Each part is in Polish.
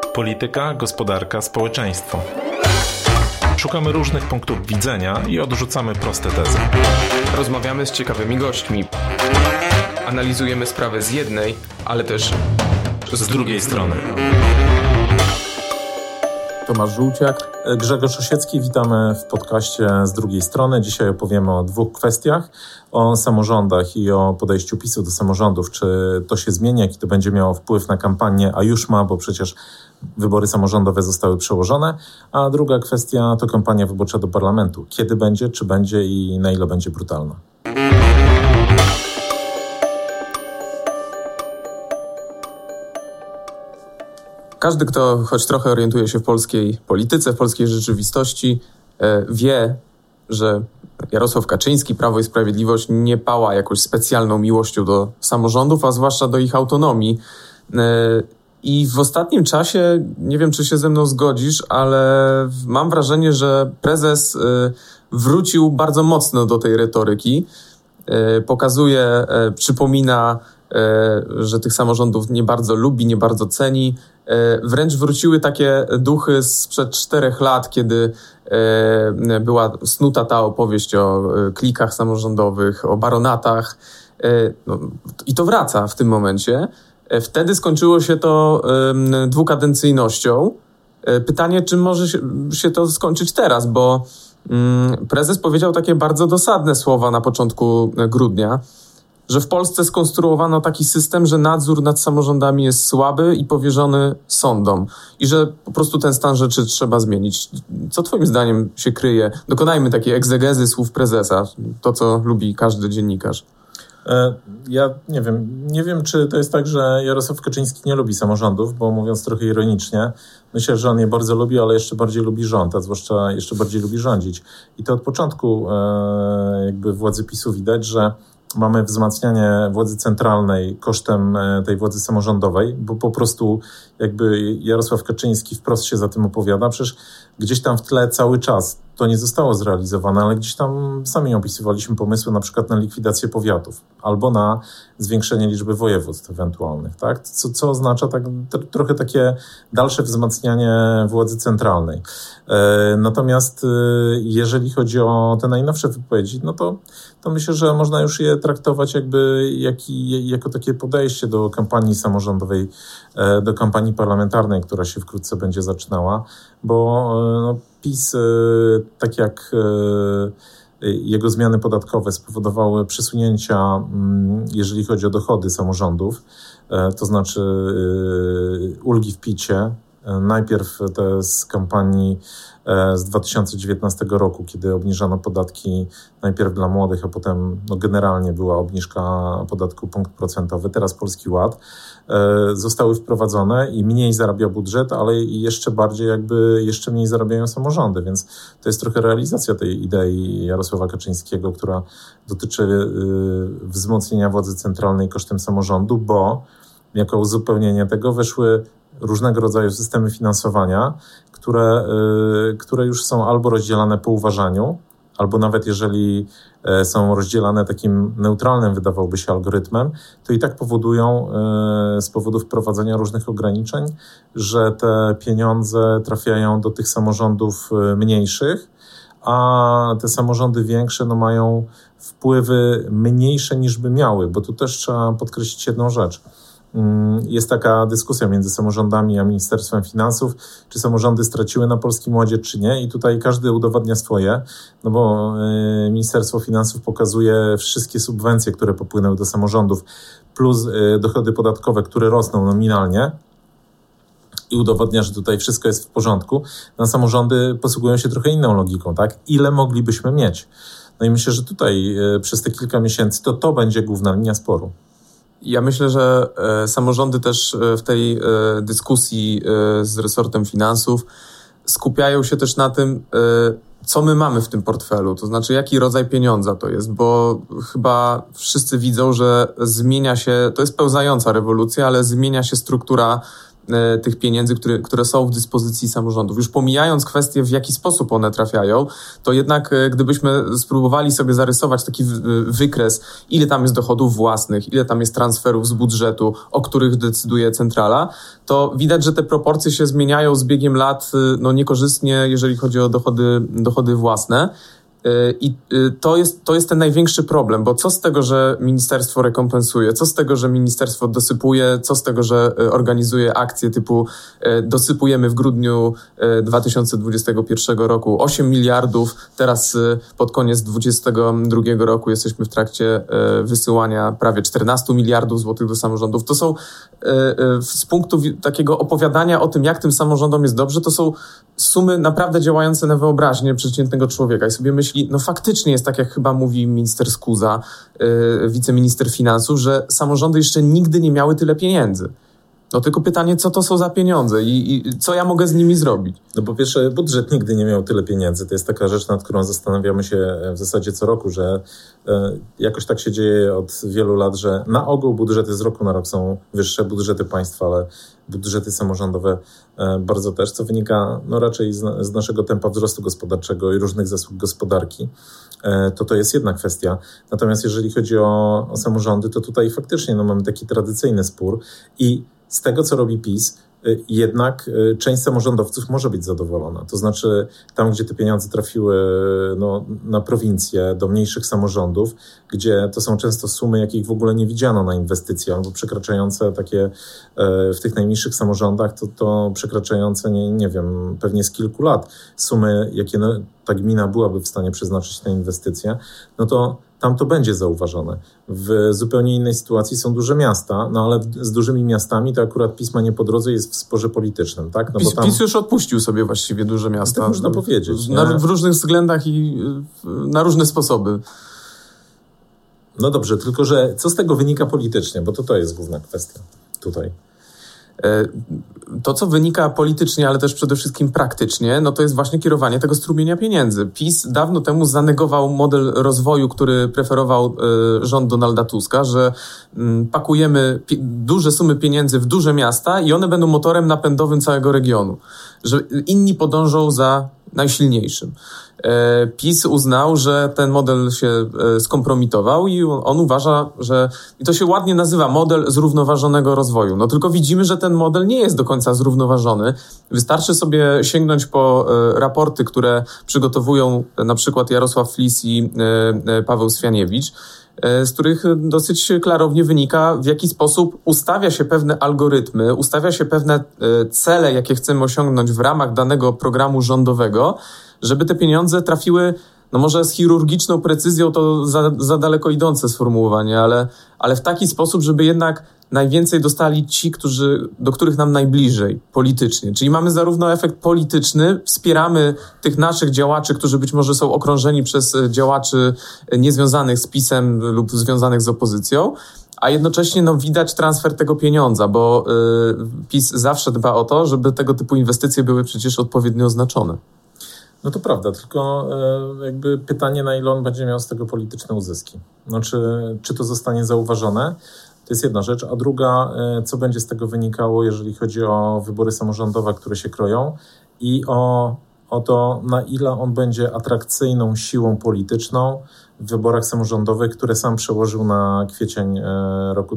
Polityka, gospodarka, społeczeństwo. Szukamy różnych punktów widzenia i odrzucamy proste tezy. Rozmawiamy z ciekawymi gośćmi. Analizujemy sprawę z jednej, ale też z drugiej strony. Tomasz Żółciak, Grzegorz Osiecki. Witamy w podcaście z drugiej strony. Dzisiaj opowiemy o dwóch kwestiach. O samorządach i o podejściu PiS-u do samorządów. Czy to się zmieni, jaki to będzie miało wpływ na kampanię, a już ma, bo przecież wybory samorządowe zostały przełożone. A druga kwestia to kampania wyborcza do parlamentu. Kiedy będzie, czy będzie i na ile będzie brutalna? Każdy, kto choć trochę orientuje się w polskiej polityce, w polskiej rzeczywistości, wie, że Jarosław Kaczyński, Prawo i Sprawiedliwość nie pała jakąś specjalną miłością do samorządów, a zwłaszcza do ich autonomii. I w ostatnim czasie, nie wiem, czy się ze mną zgodzisz, ale mam wrażenie, że prezes wrócił bardzo mocno do tej retoryki. Pokazuje, przypomina, że tych samorządów nie bardzo lubi, nie bardzo ceni. Wręcz wróciły takie duchy sprzed 4 lat, kiedy była snuta ta opowieść o klikach samorządowych, o baronatach. I to wraca w tym momencie. Wtedy skończyło się to dwukadencyjnością. Pytanie, czy może się to skończyć teraz, bo prezes powiedział takie bardzo dosadne słowa na początku grudnia, że w Polsce skonstruowano taki system, że nadzór nad samorządami jest słaby i powierzony sądom i że po prostu ten stan rzeczy trzeba zmienić. Co twoim zdaniem się kryje? Dokonajmy takiej egzegezy słów prezesa, to co lubi każdy dziennikarz. Ja nie wiem, czy to jest tak, że Jarosław Kaczyński nie lubi samorządów, bo mówiąc trochę ironicznie, myślę, że on je bardzo lubi, ale jeszcze bardziej lubi rząd, a zwłaszcza jeszcze bardziej lubi rządzić. I to od początku jakby władzy PiS-u widać, że mamy wzmacnianie władzy centralnej kosztem tej władzy samorządowej, bo po prostu jakby Jarosław Kaczyński wprost się za tym opowiada. Przecież gdzieś tam w tle cały czas to nie zostało zrealizowane, ale gdzieś tam sami opisywaliśmy pomysły na przykład na likwidację powiatów albo na zwiększenie liczby województw ewentualnych, tak? Co oznacza tak trochę takie dalsze wzmacnianie władzy centralnej. Natomiast jeżeli chodzi o te najnowsze wypowiedzi, no to myślę, że można już je traktować jakby jako takie podejście do kampanii samorządowej, do kampanii parlamentarnej, która się wkrótce będzie zaczynała, bo PiS, tak jak jego zmiany podatkowe spowodowały przesunięcia, jeżeli chodzi o dochody samorządów, to znaczy ulgi w PIT-cie. Najpierw to z kampanii z 2019 roku, kiedy obniżano podatki najpierw dla młodych, a potem generalnie była obniżka podatku punkt procentowy, teraz Polski Ład, zostały wprowadzone i mniej zarabia budżet, ale jeszcze mniej zarabiają samorządy, więc to jest trochę realizacja tej idei Jarosława Kaczyńskiego, która dotyczy wzmocnienia władzy centralnej kosztem samorządu, jako uzupełnienie tego weszły różnego rodzaju systemy finansowania, które już są albo rozdzielane po uważaniu, albo nawet jeżeli są rozdzielane takim neutralnym, wydawałoby się, algorytmem, to i tak powodują z powodu wprowadzenia różnych ograniczeń, że te pieniądze trafiają do tych samorządów mniejszych, a te samorządy większe mają wpływy mniejsze niż by miały, bo tu też trzeba podkreślić jedną rzecz. Jest taka dyskusja między samorządami a Ministerstwem Finansów, czy samorządy straciły na Polskim Ładzie, czy nie. I tutaj każdy udowadnia swoje, bo Ministerstwo Finansów pokazuje wszystkie subwencje, które popłynęły do samorządów, plus dochody podatkowe, które rosną nominalnie i udowadnia, że tutaj wszystko jest w porządku. Samorządy posługują się trochę inną logiką, tak? Ile moglibyśmy mieć? No i myślę, że tutaj przez te kilka miesięcy to będzie główna linia sporu. Ja myślę, że samorządy też w tej dyskusji z resortem finansów skupiają się też na tym, co my mamy w tym portfelu, to znaczy jaki rodzaj pieniądza to jest, bo chyba wszyscy widzą, że zmienia się, to jest pełzająca rewolucja, ale zmienia się struktura tych pieniędzy, które są w dyspozycji samorządów. Już pomijając kwestię, w jaki sposób one trafiają, to jednak gdybyśmy spróbowali sobie zarysować taki wykres, ile tam jest dochodów własnych, ile tam jest transferów z budżetu, o których decyduje centrala, to widać, że te proporcje się zmieniają z biegiem lat niekorzystnie, jeżeli chodzi o dochody własne. I to jest ten największy problem, bo co z tego, że ministerstwo rekompensuje, co z tego, że ministerstwo dosypuje, co z tego, że organizuje akcje typu dosypujemy w grudniu 2021 roku 8 miliardów, teraz pod koniec 2022 roku jesteśmy w trakcie wysyłania prawie 14 miliardów złotych do samorządów. To są z punktu takiego opowiadania o tym, jak tym samorządom jest dobrze, to są sumy naprawdę działające na wyobraźnię przeciętnego człowieka i sobie myśli, faktycznie jest tak, jak chyba mówi minister Skuza, wiceminister finansów, że samorządy jeszcze nigdy nie miały tyle pieniędzy. Tylko pytanie, co to są za pieniądze i co ja mogę z nimi zrobić? Po pierwsze, budżet nigdy nie miał tyle pieniędzy. To jest taka rzecz, nad którą zastanawiamy się w zasadzie co roku, że jakoś tak się dzieje od wielu lat, że na ogół budżety z roku na rok są wyższe, budżety państwa, ale budżety samorządowe bardzo też, co wynika raczej z naszego tempa wzrostu gospodarczego i różnych zasług gospodarki. To jest jedna kwestia. Natomiast jeżeli chodzi o samorządy, to tutaj faktycznie mamy taki tradycyjny spór i z tego, co robi PiS, jednak część samorządowców może być zadowolona. To znaczy tam, gdzie te pieniądze trafiły na prowincję, do mniejszych samorządów, gdzie to są często sumy, jakich w ogóle nie widziano na inwestycje, albo przekraczające takie w tych najmniejszych samorządach, to przekraczające, nie wiem, pewnie z kilku lat sumy, jakie ta gmina byłaby w stanie przeznaczyć na inwestycje, to tam to będzie zauważone. W zupełnie innej sytuacji są duże miasta, ale z dużymi miastami to akurat PiS ma nie po drodze, jest w sporze politycznym, tak? PiS już odpuścił sobie właściwie duże miasta. Tak można powiedzieć. W różnych względach i na różne sposoby. Dobrze, tylko że co z tego wynika politycznie, bo to jest główna kwestia tutaj. To, co wynika politycznie, ale też przede wszystkim praktycznie, to jest właśnie kierowanie tego strumienia pieniędzy. PiS dawno temu zanegował model rozwoju, który preferował rząd Donalda Tuska, że pakujemy duże sumy pieniędzy w duże miasta i one będą motorem napędowym całego regionu. Że inni podążą za najsilniejszym. PiS uznał, że ten model się skompromitował i on uważa, że i to się ładnie nazywa model zrównoważonego rozwoju. Tylko widzimy, że ten model nie jest do końca zrównoważony. Wystarczy sobie sięgnąć po raporty, które przygotowują na przykład Jarosław Flis i Paweł Swianiewicz, z których dosyć klarownie wynika, w jaki sposób ustawia się pewne algorytmy, ustawia się pewne cele, jakie chcemy osiągnąć w ramach danego programu rządowego, żeby te pieniądze trafiły, może z chirurgiczną precyzją to za daleko idące sformułowanie, ale w taki sposób, żeby jednak najwięcej dostali ci, do których nam najbliżej politycznie. Czyli mamy zarówno efekt polityczny, wspieramy tych naszych działaczy, którzy być może są okrążeni przez działaczy niezwiązanych z PiS-em lub związanych z opozycją, a jednocześnie widać transfer tego pieniądza, bo PiS zawsze dba o to, żeby tego typu inwestycje były przecież odpowiednio oznaczone. To prawda, tylko jakby pytanie, na ile on będzie miał z tego polityczne uzyski. Czy to zostanie zauważone? To jest jedna rzecz, a druga, co będzie z tego wynikało, jeżeli chodzi o wybory samorządowe, które się kroją i o to, na ile on będzie atrakcyjną siłą polityczną w wyborach samorządowych, które sam przełożył na kwiecień roku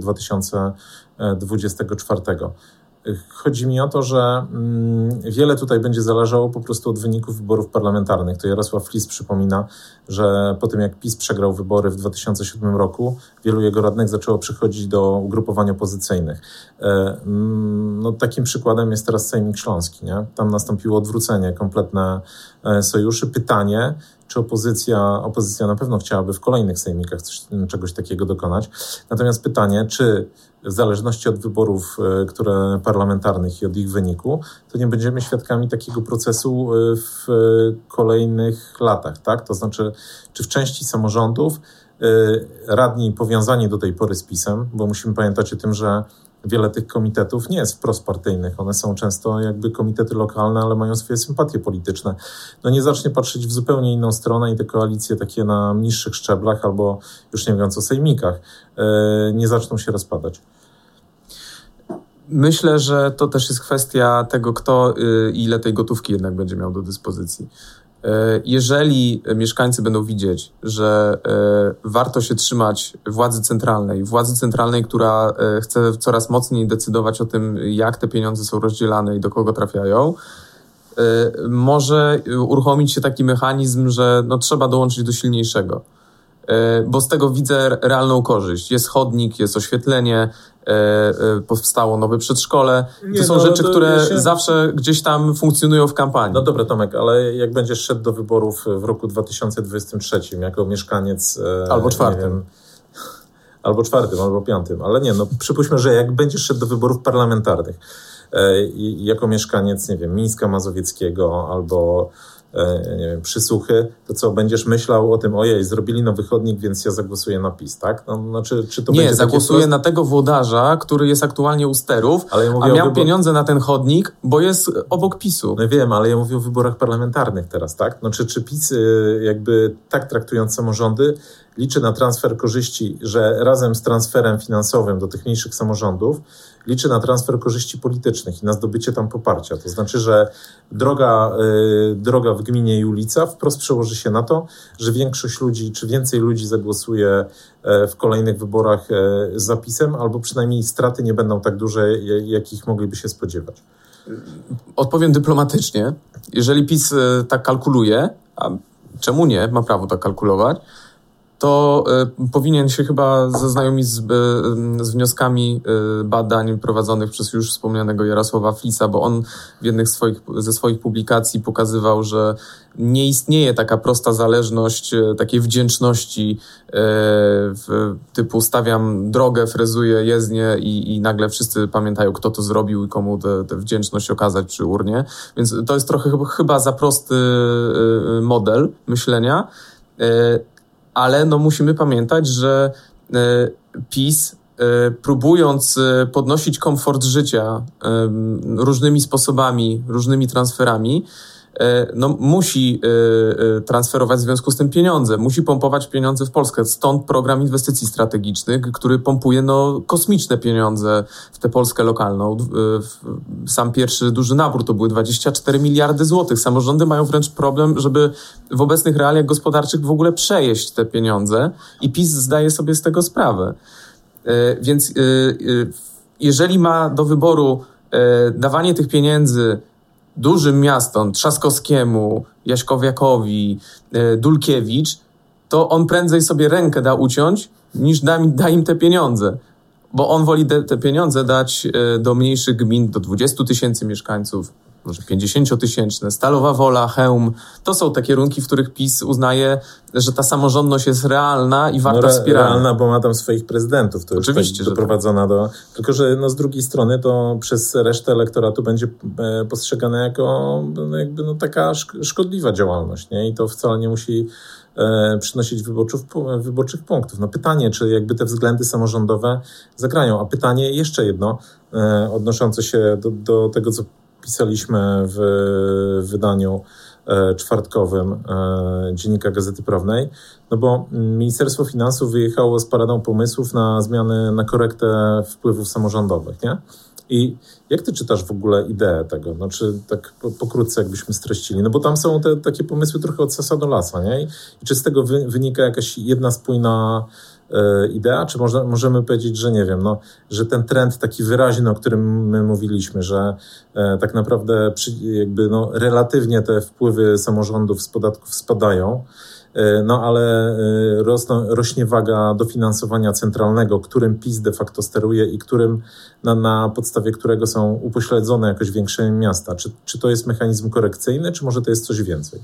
2024. Chodzi mi o to, że wiele tutaj będzie zależało po prostu od wyników wyborów parlamentarnych. To Jarosław Flis przypomina, że po tym jak PiS przegrał wybory w 2007 roku, wielu jego radnych zaczęło przychodzić do ugrupowań opozycyjnych. Takim przykładem jest teraz Sejmik Śląski, nie? Tam nastąpiło odwrócenie, kompletne sojuszy. Pytanie, czy opozycja na pewno chciałaby w kolejnych sejmikach czegoś takiego dokonać. Natomiast pytanie, czy w zależności od wyborów parlamentarnych i od ich wyniku, to nie będziemy świadkami takiego procesu w kolejnych latach, tak? To znaczy, czy w części samorządów radni powiązani do tej pory z PiS-em, bo musimy pamiętać o tym, że wiele tych komitetów nie jest wprost partyjnych. One są często jakby komitety lokalne, ale mają swoje sympatie polityczne. Nie zacznie patrzeć w zupełnie inną stronę i te koalicje takie na niższych szczeblach albo już nie mówiąc o sejmikach, nie zaczną się rozpadać. Myślę, że to też jest kwestia tego, kto ile tej gotówki jednak będzie miał do dyspozycji. Jeżeli mieszkańcy będą widzieć, że warto się trzymać władzy centralnej, która chce coraz mocniej decydować o tym, jak te pieniądze są rozdzielane i do kogo trafiają, może uruchomić się taki mechanizm, że trzeba dołączyć do silniejszego. Bo z tego widzę realną korzyść. Jest chodnik, jest oświetlenie, powstało nowe przedszkole. To są rzeczy, które zawsze gdzieś tam funkcjonują w kampanii. No dobra, Tomek, ale jak będziesz szedł do wyborów w roku 2023 jako mieszkaniec... Albo czwartym. Albo czwartym, albo piątym. Ale nie, przypuśćmy, że jak będziesz szedł do wyborów parlamentarnych jako mieszkaniec, nie wiem, Mińska Mazowieckiego albo nie wiem, Przysuchy, to co, będziesz myślał o tym, ojej, zrobili nowy chodnik, więc ja zagłosuję na PiS, tak? Czy to nie, będzie zagłosuję na tego włodarza, który jest aktualnie u sterów, a miał pieniądze na ten chodnik, bo jest obok PiS-u. No wiem, ale ja mówię o wyborach parlamentarnych teraz, tak? Czy PiS jakby tak traktując samorządy liczy na transfer korzyści, że razem z transferem finansowym do tych mniejszych samorządów liczy na transfer korzyści politycznych i na zdobycie tam poparcia. To znaczy, że droga w gminie i ulica wprost przełoży się na to, że większość ludzi, czy więcej ludzi zagłosuje w kolejnych wyborach za PiS-em, albo przynajmniej straty nie będą tak duże, jakich mogliby się spodziewać. Odpowiem dyplomatycznie. Jeżeli PiS tak kalkuluje, a czemu nie, ma prawo tak kalkulować, to powinien się chyba zaznajomić z wnioskami badań prowadzonych przez już wspomnianego Jarosława Flisa, bo on w jednych ze swoich publikacji pokazywał, że nie istnieje taka prosta zależność takiej wdzięczności typu stawiam drogę, frezuję jezdnię i nagle wszyscy pamiętają, kto to zrobił i komu tę wdzięczność okazać przy urnie. Więc to jest trochę chyba za prosty model myślenia. Ale musimy pamiętać, że PiS, próbując podnosić komfort życia różnymi sposobami, różnymi transferami, musi transferować w związku z tym pieniądze, musi pompować pieniądze w Polskę. Stąd program inwestycji strategicznych, który pompuje kosmiczne pieniądze w tę Polskę lokalną. Sam pierwszy duży nabór to były 24 miliardy złotych. Samorządy mają wręcz problem, żeby w obecnych realiach gospodarczych w ogóle przejeść te pieniądze i PiS zdaje sobie z tego sprawę. Więc jeżeli ma do wyboru dawanie tych pieniędzy dużym miastom, Trzaskowskiemu, Jaśkowiakowi, Dulkiewicz, to on prędzej sobie rękę da uciąć, niż da im te pieniądze. Bo on woli te pieniądze dać do mniejszych gmin, do 20 000 mieszkańców, może 50-tysięczne, Stalowa Wola, Chełm. To są te kierunki, w których PiS uznaje, że ta samorządność jest realna i warta wspierania. Realna, bo ma tam swoich prezydentów. To oczywiście, już tak doprowadzona do... Tylko, że z drugiej strony to przez resztę elektoratu będzie postrzegane jako taka szkodliwa działalność, nie? I to wcale nie musi przynosić wyborczych punktów. Pytanie, czy jakby te względy samorządowe zagrają. A pytanie jeszcze jedno, odnoszące się do tego, co pisaliśmy w wydaniu czwartkowym Dziennika Gazety Prawnej, bo Ministerstwo Finansów wyjechało z paradą pomysłów na zmiany, na korektę wpływów samorządowych, nie? I jak ty czytasz w ogóle ideę tego? Tak pokrótce jakbyśmy streścili. Bo tam są te takie pomysły trochę od sasa do lasa, nie? I czy z tego wynika jakaś jedna spójna idea, czy możemy powiedzieć, że nie wiem, że ten trend taki wyraźny, o którym my mówiliśmy, że tak naprawdę relatywnie te wpływy samorządów z podatków spadają, ale rośnie waga dofinansowania centralnego, którym PiS de facto steruje i którym na podstawie którego są upośledzone jakoś większe miasta. Czy to jest mechanizm korekcyjny, czy może to jest coś więcej?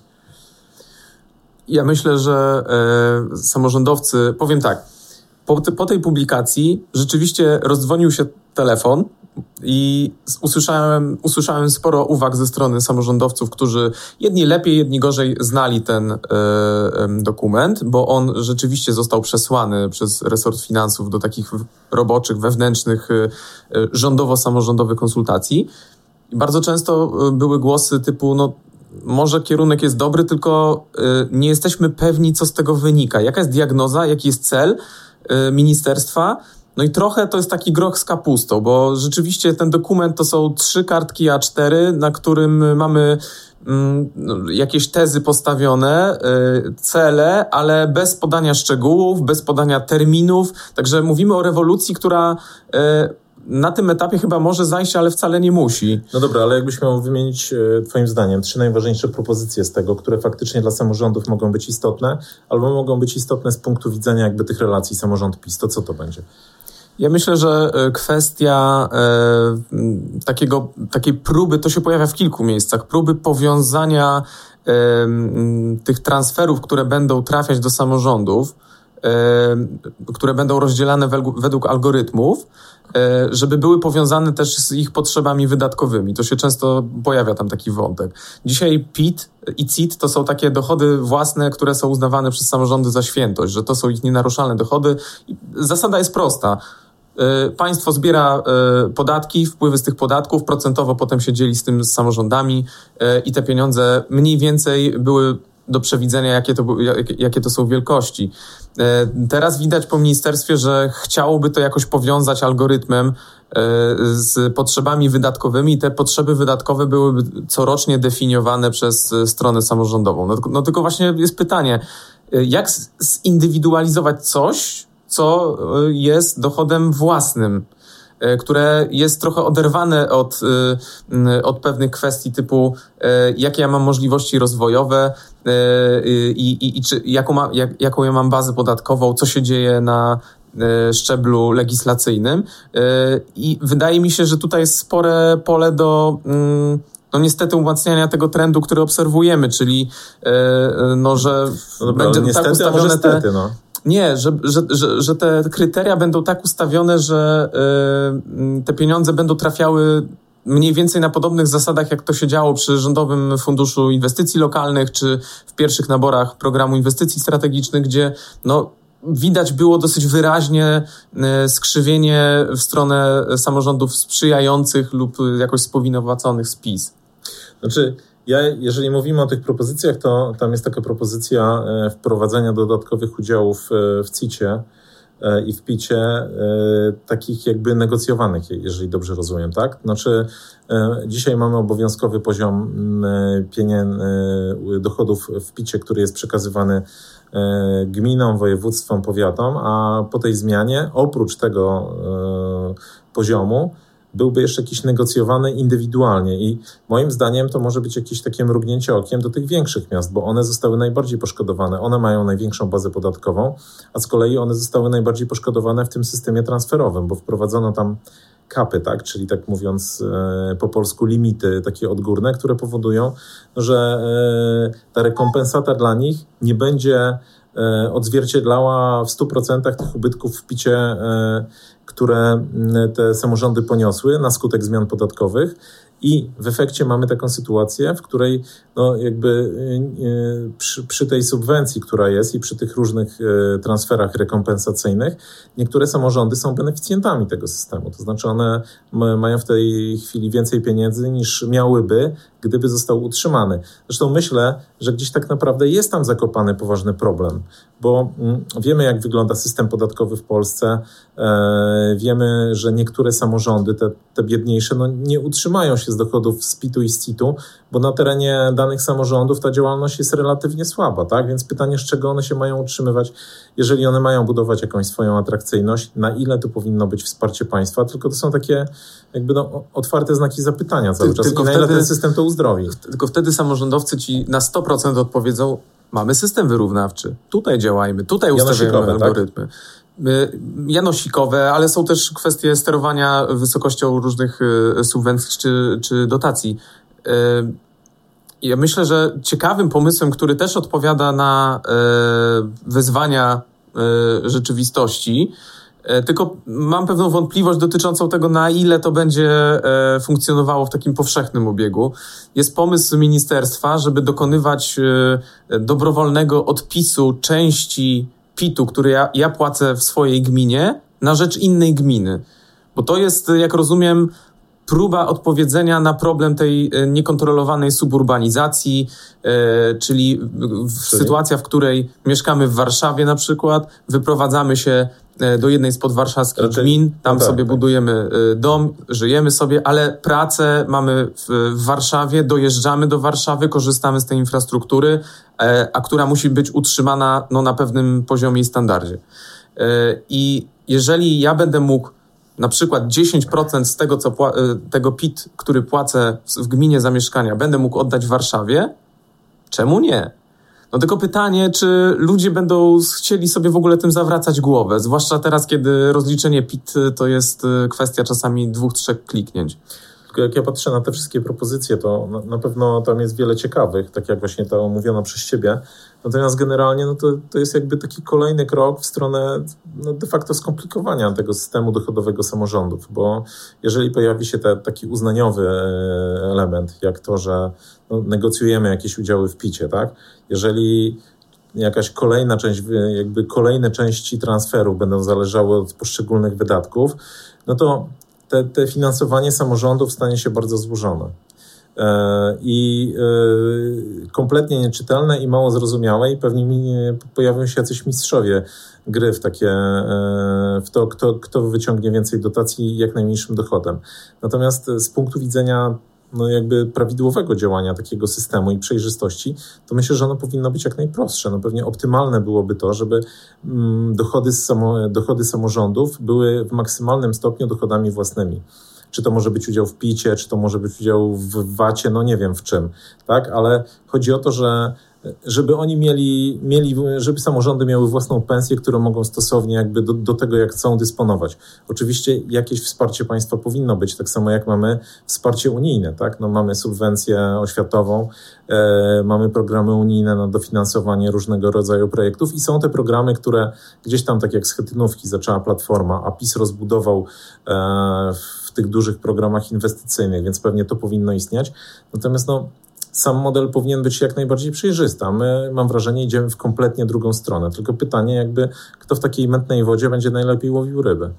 Ja myślę, że samorządowcy, powiem tak, po tej publikacji rzeczywiście rozdzwonił się telefon i usłyszałem sporo uwag ze strony samorządowców, którzy jedni lepiej, jedni gorzej znali ten dokument, bo on rzeczywiście został przesłany przez resort finansów do takich roboczych, wewnętrznych, rządowo-samorządowych konsultacji. I bardzo często były głosy typu, może kierunek jest dobry, tylko nie jesteśmy pewni, co z tego wynika. Jaka jest diagnoza, jaki jest cel ministerstwa? No i trochę to jest taki groch z kapustą, bo rzeczywiście ten dokument to są 3 kartki A4, na którym mamy jakieś tezy postawione, cele, ale bez podania szczegółów, bez podania terminów. Także mówimy o rewolucji, która na tym etapie chyba może zajść, ale wcale nie musi. No dobra, ale jakbyś miał wymienić twoim zdaniem 3 najważniejsze propozycje z tego, które faktycznie dla samorządów mogą być istotne, albo mogą być istotne z punktu widzenia jakby tych relacji samorząd-PiS, to co to będzie? Ja myślę, że kwestia takiej próby, to się pojawia w kilku miejscach, próby powiązania tych transferów, które będą trafiać do samorządów, które będą rozdzielane według algorytmów, żeby były powiązane też z ich potrzebami wydatkowymi. To się często pojawia tam taki wątek. Dzisiaj PIT i CIT to są takie dochody własne, które są uznawane przez samorządy za świętość, że to są ich nienaruszalne dochody. Zasada jest prosta. Państwo zbiera podatki, wpływy z tych podatków, procentowo potem się dzieli z tym z samorządami i te pieniądze mniej więcej były do przewidzenia, jakie to są wielkości. Teraz widać po ministerstwie, że chciałoby to jakoś powiązać algorytmem z potrzebami wydatkowymi i te potrzeby wydatkowe byłyby corocznie definiowane przez stronę samorządową. No tylko właśnie jest pytanie, jak zindywidualizować coś, co jest dochodem własnym, które jest trochę oderwane od pewnych kwestii typu jakie ja mam możliwości rozwojowe i czy jaką ja mam bazę podatkową, co się dzieje na szczeblu legislacyjnym. I wydaje mi się, że tutaj jest spore pole do niestety umacniania tego trendu, który obserwujemy, czyli że będzie tak ustawione Nie, że te kryteria będą tak ustawione, że te pieniądze będą trafiały mniej więcej na podobnych zasadach, jak to się działo przy Rządowym Funduszu Inwestycji Lokalnych, czy w pierwszych naborach Programu Inwestycji Strategicznych, gdzie widać było dosyć wyraźnie skrzywienie w stronę samorządów sprzyjających lub jakoś spowinowaconych z PiS. Jeżeli mówimy o tych propozycjach, to tam jest taka propozycja wprowadzenia dodatkowych udziałów w CIT-ie i w PIT-cie, takich jakby negocjowanych, jeżeli dobrze rozumiem, tak? Dzisiaj mamy obowiązkowy poziom dochodów w PIT-cie, który jest przekazywany gminom, województwom, powiatom, a po tej zmianie, oprócz tego poziomu, byłby jeszcze jakiś negocjowany indywidualnie i moim zdaniem to może być jakieś takie mrugnięcie okiem do tych większych miast, bo one zostały najbardziej poszkodowane, one mają największą bazę podatkową, a z kolei one zostały najbardziej poszkodowane w tym systemie transferowym, bo wprowadzono tam kapy, tak, czyli tak mówiąc po polsku limity takie odgórne, które powodują, że ta rekompensata dla nich nie będzie odzwierciedlała w 100% tych ubytków w PIT-cie, które te samorządy poniosły na skutek zmian podatkowych i w efekcie mamy taką sytuację, w której przy tej subwencji, która jest i przy tych różnych transferach rekompensacyjnych, niektóre samorządy są beneficjentami tego systemu. To znaczy one mają w tej chwili więcej pieniędzy niż miałyby, gdyby został utrzymany. Zresztą myślę, że gdzieś tak naprawdę jest tam zakopany poważny problem, bo wiemy, jak wygląda system podatkowy w Polsce. Wiemy, że niektóre samorządy, te biedniejsze, nie utrzymają się z dochodów z PIT-u i z CIT-u, bo na terenie danych samorządów ta działalność jest relatywnie słaba, tak? Więc pytanie, z czego one się mają utrzymywać, jeżeli one mają budować jakąś swoją atrakcyjność, na ile to powinno być wsparcie państwa, tylko to są takie otwarte znaki zapytania cały czas. I na ile ten system to uzdrowi. Tylko wtedy samorządowcy ci na 100% odpowiedzą, mamy system wyrównawczy, tutaj działajmy, tutaj ustawiamy algorytmy. Tak? Janosikowe, ale są też kwestie sterowania wysokością różnych subwencji czy dotacji. Ja myślę, że ciekawym pomysłem, który też odpowiada na wyzwania rzeczywistości, tylko mam pewną wątpliwość dotyczącą tego, na ile to będzie funkcjonowało w takim powszechnym obiegu. Jest pomysł ministerstwa, żeby dokonywać dobrowolnego odpisu części PIT-u, który ja płacę w swojej gminie, na rzecz innej gminy. Bo to jest, jak rozumiem, próba odpowiedzenia na problem tej niekontrolowanej suburbanizacji, czyli sytuacja, w której mieszkamy w Warszawie na przykład, wyprowadzamy się do jednej z podwarszawskich gmin, tam sobie budujemy dom, żyjemy sobie, ale pracę mamy w Warszawie, dojeżdżamy do Warszawy, korzystamy z tej infrastruktury, a która musi być utrzymana na pewnym poziomie i standardzie. I jeżeli ja będę mógł na przykład 10% z tego, tego PIT, który płacę w gminie za mieszkania, będę mógł oddać w Warszawie, czemu nie? No tylko pytanie, czy ludzie będą chcieli sobie w ogóle tym zawracać głowę, zwłaszcza teraz, kiedy rozliczenie PIT to jest kwestia czasami 2-3 kliknięć. Tylko jak ja patrzę na te wszystkie propozycje, to na pewno tam jest wiele ciekawych, tak jak właśnie to omówiono przez ciebie. Natomiast generalnie to jest jakby taki kolejny krok w stronę de facto skomplikowania tego systemu dochodowego samorządów, bo jeżeli pojawi się taki uznaniowy element, jak to, że negocjujemy jakieś udziały w PIT-cie, tak? Jeżeli jakaś kolejna część, jakby kolejne części transferów będą zależały od poszczególnych wydatków, no to te finansowanie samorządów stanie się bardzo złożone i kompletnie nieczytelne i mało zrozumiałe i pewnie pojawią się jacyś mistrzowie gry w to, kto wyciągnie więcej dotacji jak najmniejszym dochodem. Natomiast z punktu widzenia jakby prawidłowego działania takiego systemu i przejrzystości, to myślę, że ono powinno być jak najprostsze. Pewnie optymalne byłoby to, żeby dochody samorządów były w maksymalnym stopniu dochodami własnymi. Czy to może być udział w PIT-cie, czy to może być udział w VAT-cie, nie wiem w czym, tak? Ale chodzi o to, żeby oni żeby samorządy miały własną pensję, którą mogą stosownie jakby do tego, jak chcą dysponować. Oczywiście jakieś wsparcie państwa powinno być, tak samo jak mamy wsparcie unijne, tak? Mamy subwencję oświatową, mamy programy unijne na dofinansowanie różnego rodzaju projektów i są te programy, które gdzieś tam, tak jak z Chetynówki zaczęła Platforma, a PiS rozbudował w tych dużych programach inwestycyjnych, więc pewnie to powinno istnieć. Natomiast sam model powinien być jak najbardziej przejrzysty. My, mam wrażenie, idziemy w kompletnie drugą stronę. Tylko pytanie, jakby kto w takiej mętnej wodzie będzie najlepiej łowił ryby?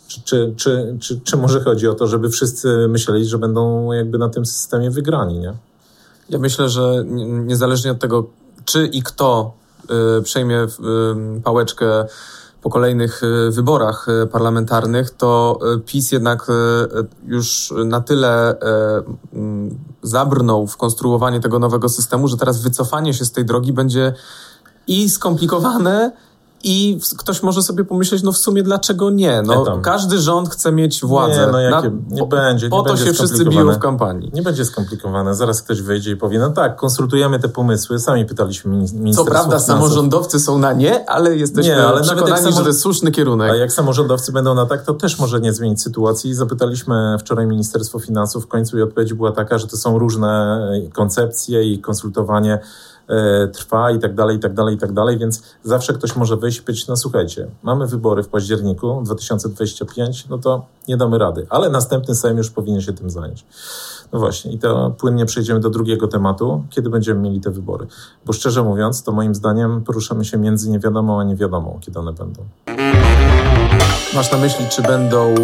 Czy może chodzi o to, żeby wszyscy myśleli, że będą jakby na tym systemie wygrani, nie? Ja myślę, że niezależnie od tego, czy i kto przejmie pałeczkę po kolejnych wyborach parlamentarnych, to PiS jednak już na tyle zabrnął w konstruowanie tego nowego systemu, że teraz wycofanie się z tej drogi będzie i skomplikowane, i ktoś może sobie pomyśleć, w sumie dlaczego nie? Każdy rząd chce mieć władzę. Nie będzie. Po to się wszyscy biją w kampanii. Nie będzie skomplikowane. Zaraz ktoś wyjdzie i powie, konsultujemy te pomysły. Sami pytaliśmy Ministerstwo Co prawda samorządowcy są na nie, ale jesteśmy przekonani, że to jest słuszny kierunek. A jak samorządowcy będą na tak, to też może nie zmienić sytuacji. Zapytaliśmy wczoraj Ministerstwo Finansów w końcu i odpowiedź była taka, że to są różne koncepcje i konsultowanie trwa i tak dalej, więc zawsze ktoś może wyjść i powiedzieć, słuchajcie, mamy wybory w październiku 2025, to nie damy rady, ale następny Sejm już powinien się tym zająć. Właśnie i to płynnie przejdziemy do drugiego tematu, kiedy będziemy mieli te wybory. Bo szczerze mówiąc, to moim zdaniem poruszamy się między niewiadomą a niewiadomą, kiedy one będą. Masz na myśli, czy będą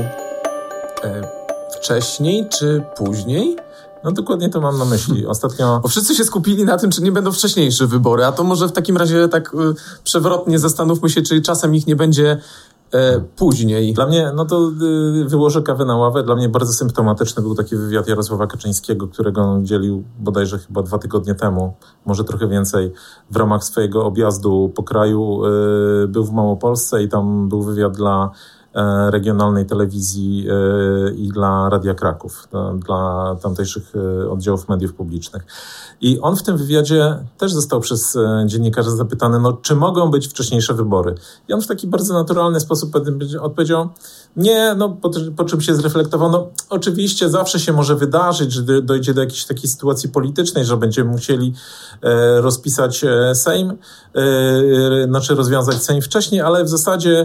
wcześniej, czy później? Dokładnie to mam na myśli. Ostatnio... Bo wszyscy się skupili na tym, czy nie będą wcześniejsze wybory, a to może w takim razie tak przewrotnie zastanówmy się, czy czasem ich nie będzie później. Dla mnie, to wyłożę kawę na ławę, dla mnie bardzo symptomatyczny był taki wywiad Jarosława Kaczyńskiego, którego on udzielił bodajże chyba 2 tygodnie temu, może trochę więcej, w ramach swojego objazdu po kraju. Był w Małopolsce i tam był wywiad dla regionalnej telewizji i dla Radia Kraków, dla tamtejszych oddziałów mediów publicznych. I on w tym wywiadzie też został przez dziennikarzy zapytany, czy mogą być wcześniejsze wybory. I on w taki bardzo naturalny sposób odpowiedział, nie, po czym się zreflektował, oczywiście zawsze się może wydarzyć, że dojdzie do jakiejś takiej sytuacji politycznej, że będziemy musieli rozpisać Sejm, rozwiązać Sejm wcześniej, ale w zasadzie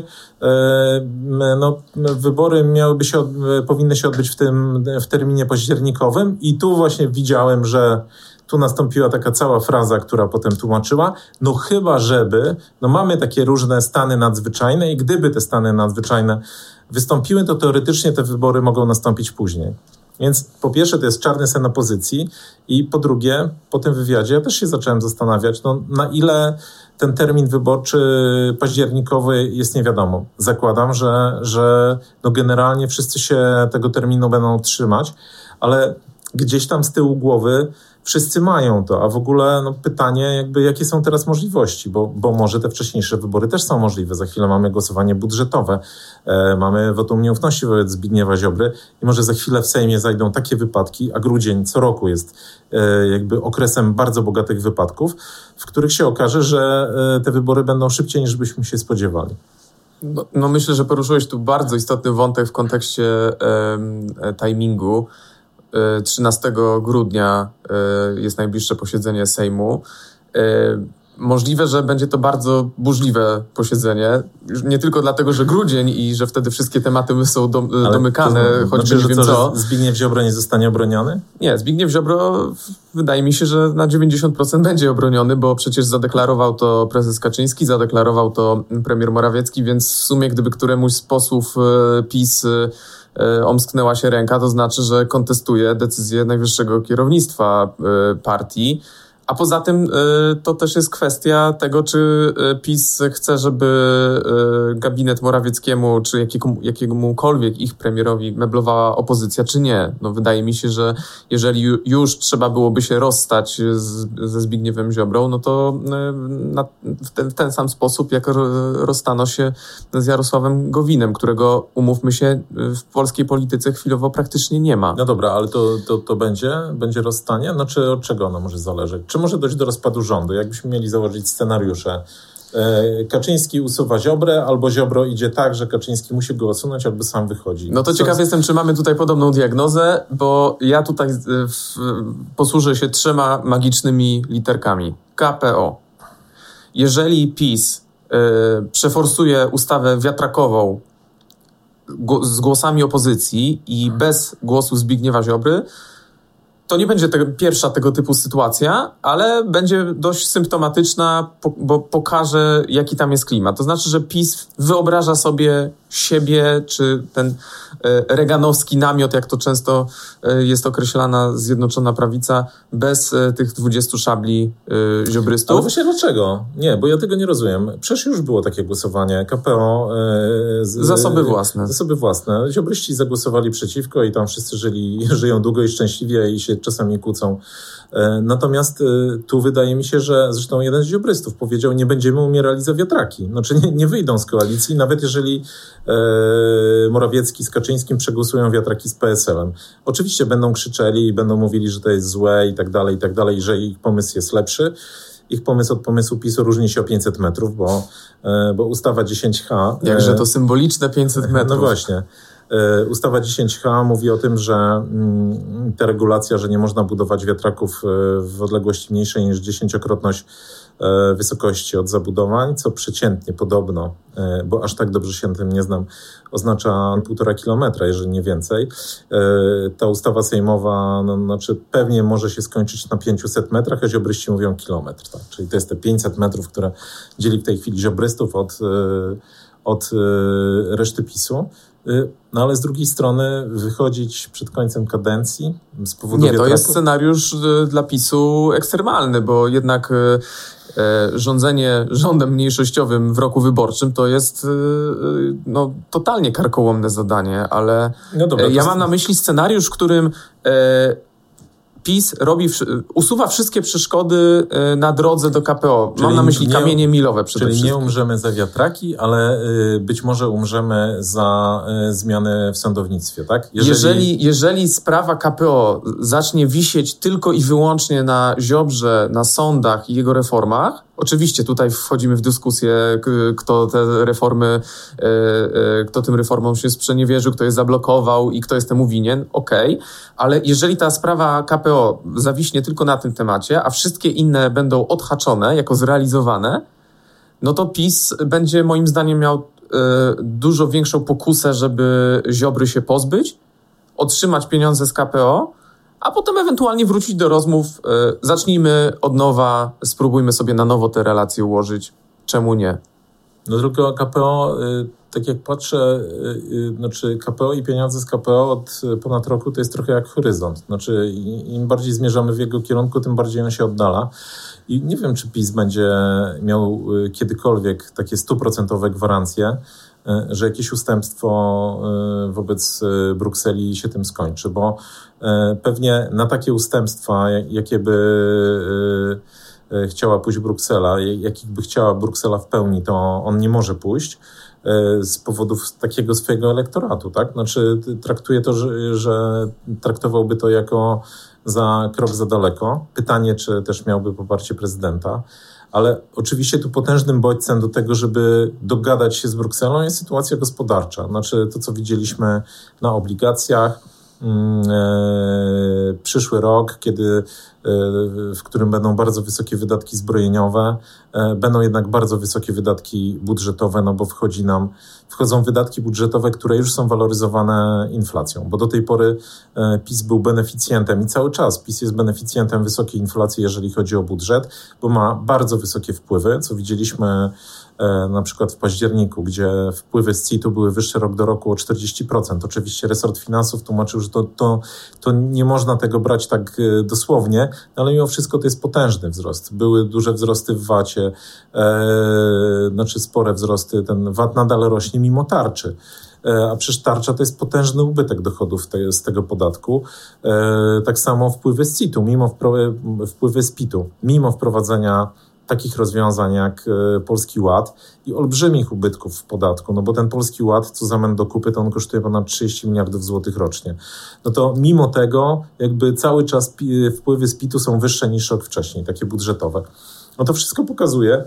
wybory powinny się odbyć w terminie październikowym i tu właśnie widziałem, że tu nastąpiła taka cała fraza, która potem tłumaczyła, chyba żeby, mamy takie różne stany nadzwyczajne i gdyby te stany nadzwyczajne wystąpiły, to teoretycznie te wybory mogą nastąpić później. Więc po pierwsze to jest czarny sen opozycji i po drugie po tym wywiadzie ja też się zacząłem zastanawiać, na ile ten termin wyborczy październikowy jest nie wiadomo. Zakładam, że no generalnie wszyscy się tego terminu będą trzymać, ale gdzieś tam z tyłu głowy wszyscy mają to, a w ogóle no pytanie jakby jakie są teraz możliwości, bo może te wcześniejsze wybory też są możliwe. Za chwilę mamy głosowanie budżetowe, mamy wotum nieufności wobec Zbigniewa Ziobry i może za chwilę w Sejmie zajdą takie wypadki, a grudzień co roku jest jakby okresem bardzo bogatych wypadków, w których się okaże, że te wybory będą szybciej niż byśmy się spodziewali. No myślę, że poruszyłeś tu bardzo istotny wątek w kontekście timingu. 13 grudnia jest najbliższe posiedzenie Sejmu. Możliwe, że będzie to bardzo burzliwe posiedzenie. Nie tylko dlatego, że grudzień i że wtedy wszystkie tematy są domykane, choćby nie wiem co. Zbigniew Ziobro nie zostanie obroniony? Nie, Zbigniew Ziobro wydaje mi się, że na 90% będzie obroniony, bo przecież zadeklarował to prezes Kaczyński, zadeklarował to premier Morawiecki, więc w sumie gdyby któremuś z posłów PiS omsknęła się ręka, to znaczy, że kontestuje decyzję najwyższego kierownictwa partii. A poza tym to też jest kwestia tego, czy PiS chce, żeby gabinet Morawieckiemu, czy jakiemukolwiek ich premierowi meblowała opozycja, czy nie. No wydaje mi się, że jeżeli już trzeba byłoby się rozstać ze Zbigniewem Ziobrą, no to w ten sam sposób, jak rozstano się z Jarosławem Gowinem, którego, umówmy się, w polskiej polityce chwilowo praktycznie nie ma. No dobra, ale to będzie rozstanie? Znaczy od czego ono może zależeć? Czy może dojść do rozpadu rządu? Jakbyśmy mieli założyć scenariusze. Kaczyński usuwa Ziobrę, albo Ziobro idzie tak, że Kaczyński musi go usunąć, albo sam wychodzi. No to ciekaw jestem, czy mamy tutaj podobną diagnozę, bo ja tutaj posłużę się 3 magicznymi literkami. KPO. Jeżeli PiS przeforsuje ustawę wiatrakową z głosami opozycji i bez głosu Zbigniewa Ziobry, to nie będzie pierwsza tego typu sytuacja, ale będzie dość symptomatyczna, bo pokaże, jaki tam jest klimat. To znaczy, że PiS wyobraża sobie siebie, czy ten reganowski namiot, jak to często jest określana Zjednoczona Prawica, bez tych 20 szabli ziobrystów. Ale właśnie dlaczego? Nie, bo ja tego nie rozumiem. Przecież już było takie głosowanie. KPO... Zasoby własne. Zasoby własne. Ziobryści zagłosowali przeciwko i tam wszyscy żyją długo i szczęśliwie i się czasami kłócą. Natomiast tu wydaje mi się, że zresztą jeden z ziobrystów powiedział, nie będziemy umierali za wiatraki. Znaczy nie wyjdą z koalicji, nawet jeżeli Morawiecki z Kaczyńskim przegłosują wiatraki z PSL-em. Oczywiście będą krzyczeli i będą mówili, że to jest złe i tak dalej, że ich pomysł jest lepszy. Ich pomysł od pomysłu PiS-u różni się o 500 metrów, bo ustawa 10H... Jakże to symboliczne 500 metrów. No właśnie. Ustawa 10H mówi o tym, że ta regulacja, że nie można budować wiatraków w odległości mniejszej niż 10-krotność wysokości od zabudowań, co przeciętnie podobno, bo aż tak dobrze się na tym nie znam, oznacza 1,5 kilometra, jeżeli nie więcej. Ta ustawa sejmowa, znaczy pewnie może się skończyć na 500 metrach, a ziobryści mówią kilometr. Tak? Czyli to jest te 500 metrów, które dzieli w tej chwili ziobrystów od reszty PiS-u. No ale z drugiej strony wychodzić przed końcem kadencji z powodu wiatraków? To jest scenariusz dla PiS-u ekstremalny, bo jednak rządzenie rządem mniejszościowym w roku wyborczym to jest totalnie karkołomne zadanie, ale no dobra, ja mam na myśli scenariusz, w którym PiS usuwa wszystkie przeszkody na drodze do KPO. Mam na myśli kamienie milowe przede wszystkim. Czyli nie umrzemy za wiatraki, ale być może umrzemy za zmiany w sądownictwie, tak? Jeżeli sprawa KPO zacznie wisieć tylko i wyłącznie na Ziobrze, na sądach i jego reformach, oczywiście tutaj wchodzimy w dyskusję, kto tym reformom się sprzeniewierzył, kto je zablokował i kto jest temu winien, okej. Ale jeżeli ta sprawa KPO zawiśnie tylko na tym temacie, a wszystkie inne będą odhaczone jako zrealizowane, no to PiS będzie moim zdaniem miał dużo większą pokusę, żeby Ziobry się pozbyć, otrzymać pieniądze z KPO, a potem ewentualnie wrócić do rozmów. Zacznijmy od nowa, spróbujmy sobie na nowo te relacje ułożyć. Czemu nie? No tylko KPO, tak jak patrzę, znaczy KPO i pieniądze z KPO od ponad roku to jest trochę jak horyzont. Znaczy im bardziej zmierzamy w jego kierunku, tym bardziej on się oddala. I nie wiem, czy PiS będzie miał kiedykolwiek takie 100% gwarancje, że jakieś ustępstwo wobec Brukseli się tym skończy, bo pewnie na takie ustępstwa, jakie by chciała pójść Bruksela, jakich by chciała Bruksela w pełni, to on nie może pójść z powodów takiego swojego elektoratu, tak? Znaczy traktuje to, że traktowałby to jako za krok za daleko. Pytanie, czy też miałby poparcie prezydenta. Ale oczywiście tu potężnym bodźcem do tego, żeby dogadać się z Brukselą, jest sytuacja gospodarcza. Znaczy to, co widzieliśmy na obligacjach, przyszły rok, w którym będą bardzo wysokie wydatki zbrojeniowe, będą jednak bardzo wysokie wydatki budżetowe, no bo wchodzą wydatki budżetowe, które już są waloryzowane inflacją, bo do tej pory PiS był beneficjentem i cały czas PiS jest beneficjentem wysokiej inflacji, jeżeli chodzi o budżet, bo ma bardzo wysokie wpływy, co widzieliśmy na przykład w październiku, gdzie wpływy z CIT-u były wyższe rok do roku o 40%. Oczywiście resort finansów tłumaczył, że to nie można tego brać tak dosłownie, ale mimo wszystko to jest potężny wzrost. Były duże wzrosty w VAT-ie, znaczy spore wzrosty. Ten VAT nadal rośnie mimo tarczy. A przecież tarcza to jest potężny ubytek dochodów z tego podatku. Tak samo wpływy z CIT-u, wpływy z PIT-u, mimo wprowadzenia takich rozwiązań jak Polski Ład i olbrzymich ubytków w podatku, no bo ten Polski Ład, co zamian do kupy, to on kosztuje ponad 30 miliardów złotych rocznie. No to mimo tego jakby cały czas wpływy z PIT-u są wyższe niż rok wcześniej, takie budżetowe. No to wszystko pokazuje,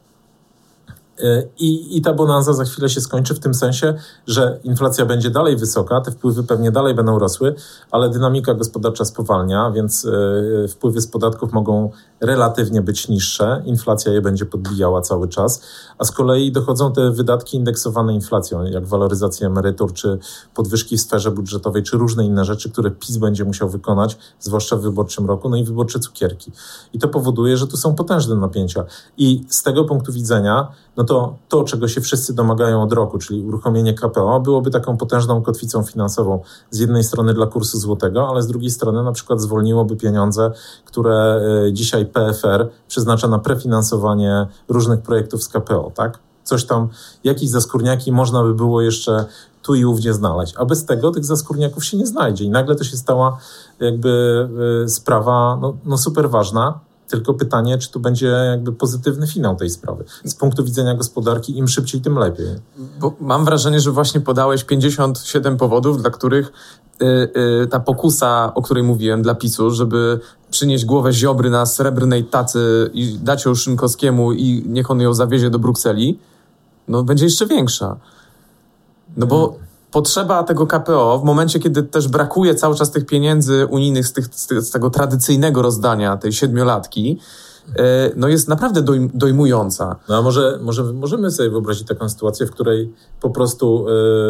i ta bonanza za chwilę się skończy w tym sensie, że inflacja będzie dalej wysoka, te wpływy pewnie dalej będą rosły, ale dynamika gospodarcza spowalnia, więc wpływy z podatków mogą relatywnie być niższe, inflacja je będzie podbijała cały czas, a z kolei dochodzą te wydatki indeksowane inflacją, jak waloryzacja emerytur, czy podwyżki w sferze budżetowej, czy różne inne rzeczy, które PiS będzie musiał wykonać, zwłaszcza w wyborczym roku, no i wyborcze cukierki. I to powoduje, że tu są potężne napięcia. I z tego punktu widzenia, no to, czego się wszyscy domagają od roku, czyli uruchomienie KPO, byłoby taką potężną kotwicą finansową z jednej strony dla kursu złotego, ale z drugiej strony na przykład zwolniłoby pieniądze, które dzisiaj PFR przeznacza na prefinansowanie różnych projektów z KPO, tak? Coś tam, jakieś zaskórniaki można by było jeszcze tu i ówdzie znaleźć, a bez tego tych zaskórniaków się nie znajdzie i nagle to się stała jakby sprawa no super ważna. Tylko pytanie, czy tu będzie jakby pozytywny finał tej sprawy. Z punktu widzenia gospodarki im szybciej, tym lepiej. Bo mam wrażenie, że właśnie podałeś 57 powodów, dla których ta pokusa, o której mówiłem, dla PiS-u, żeby przynieść głowę Ziobry na srebrnej tacy i dać ją Szynkowskiemu i niech on ją zawiezie do Brukseli, no będzie jeszcze większa. No bo potrzeba tego KPO w momencie, kiedy też brakuje cały czas tych pieniędzy unijnych z tego tradycyjnego rozdania, tej 7-latki, no jest naprawdę dojmująca. No a może możemy sobie wyobrazić taką sytuację, w której po prostu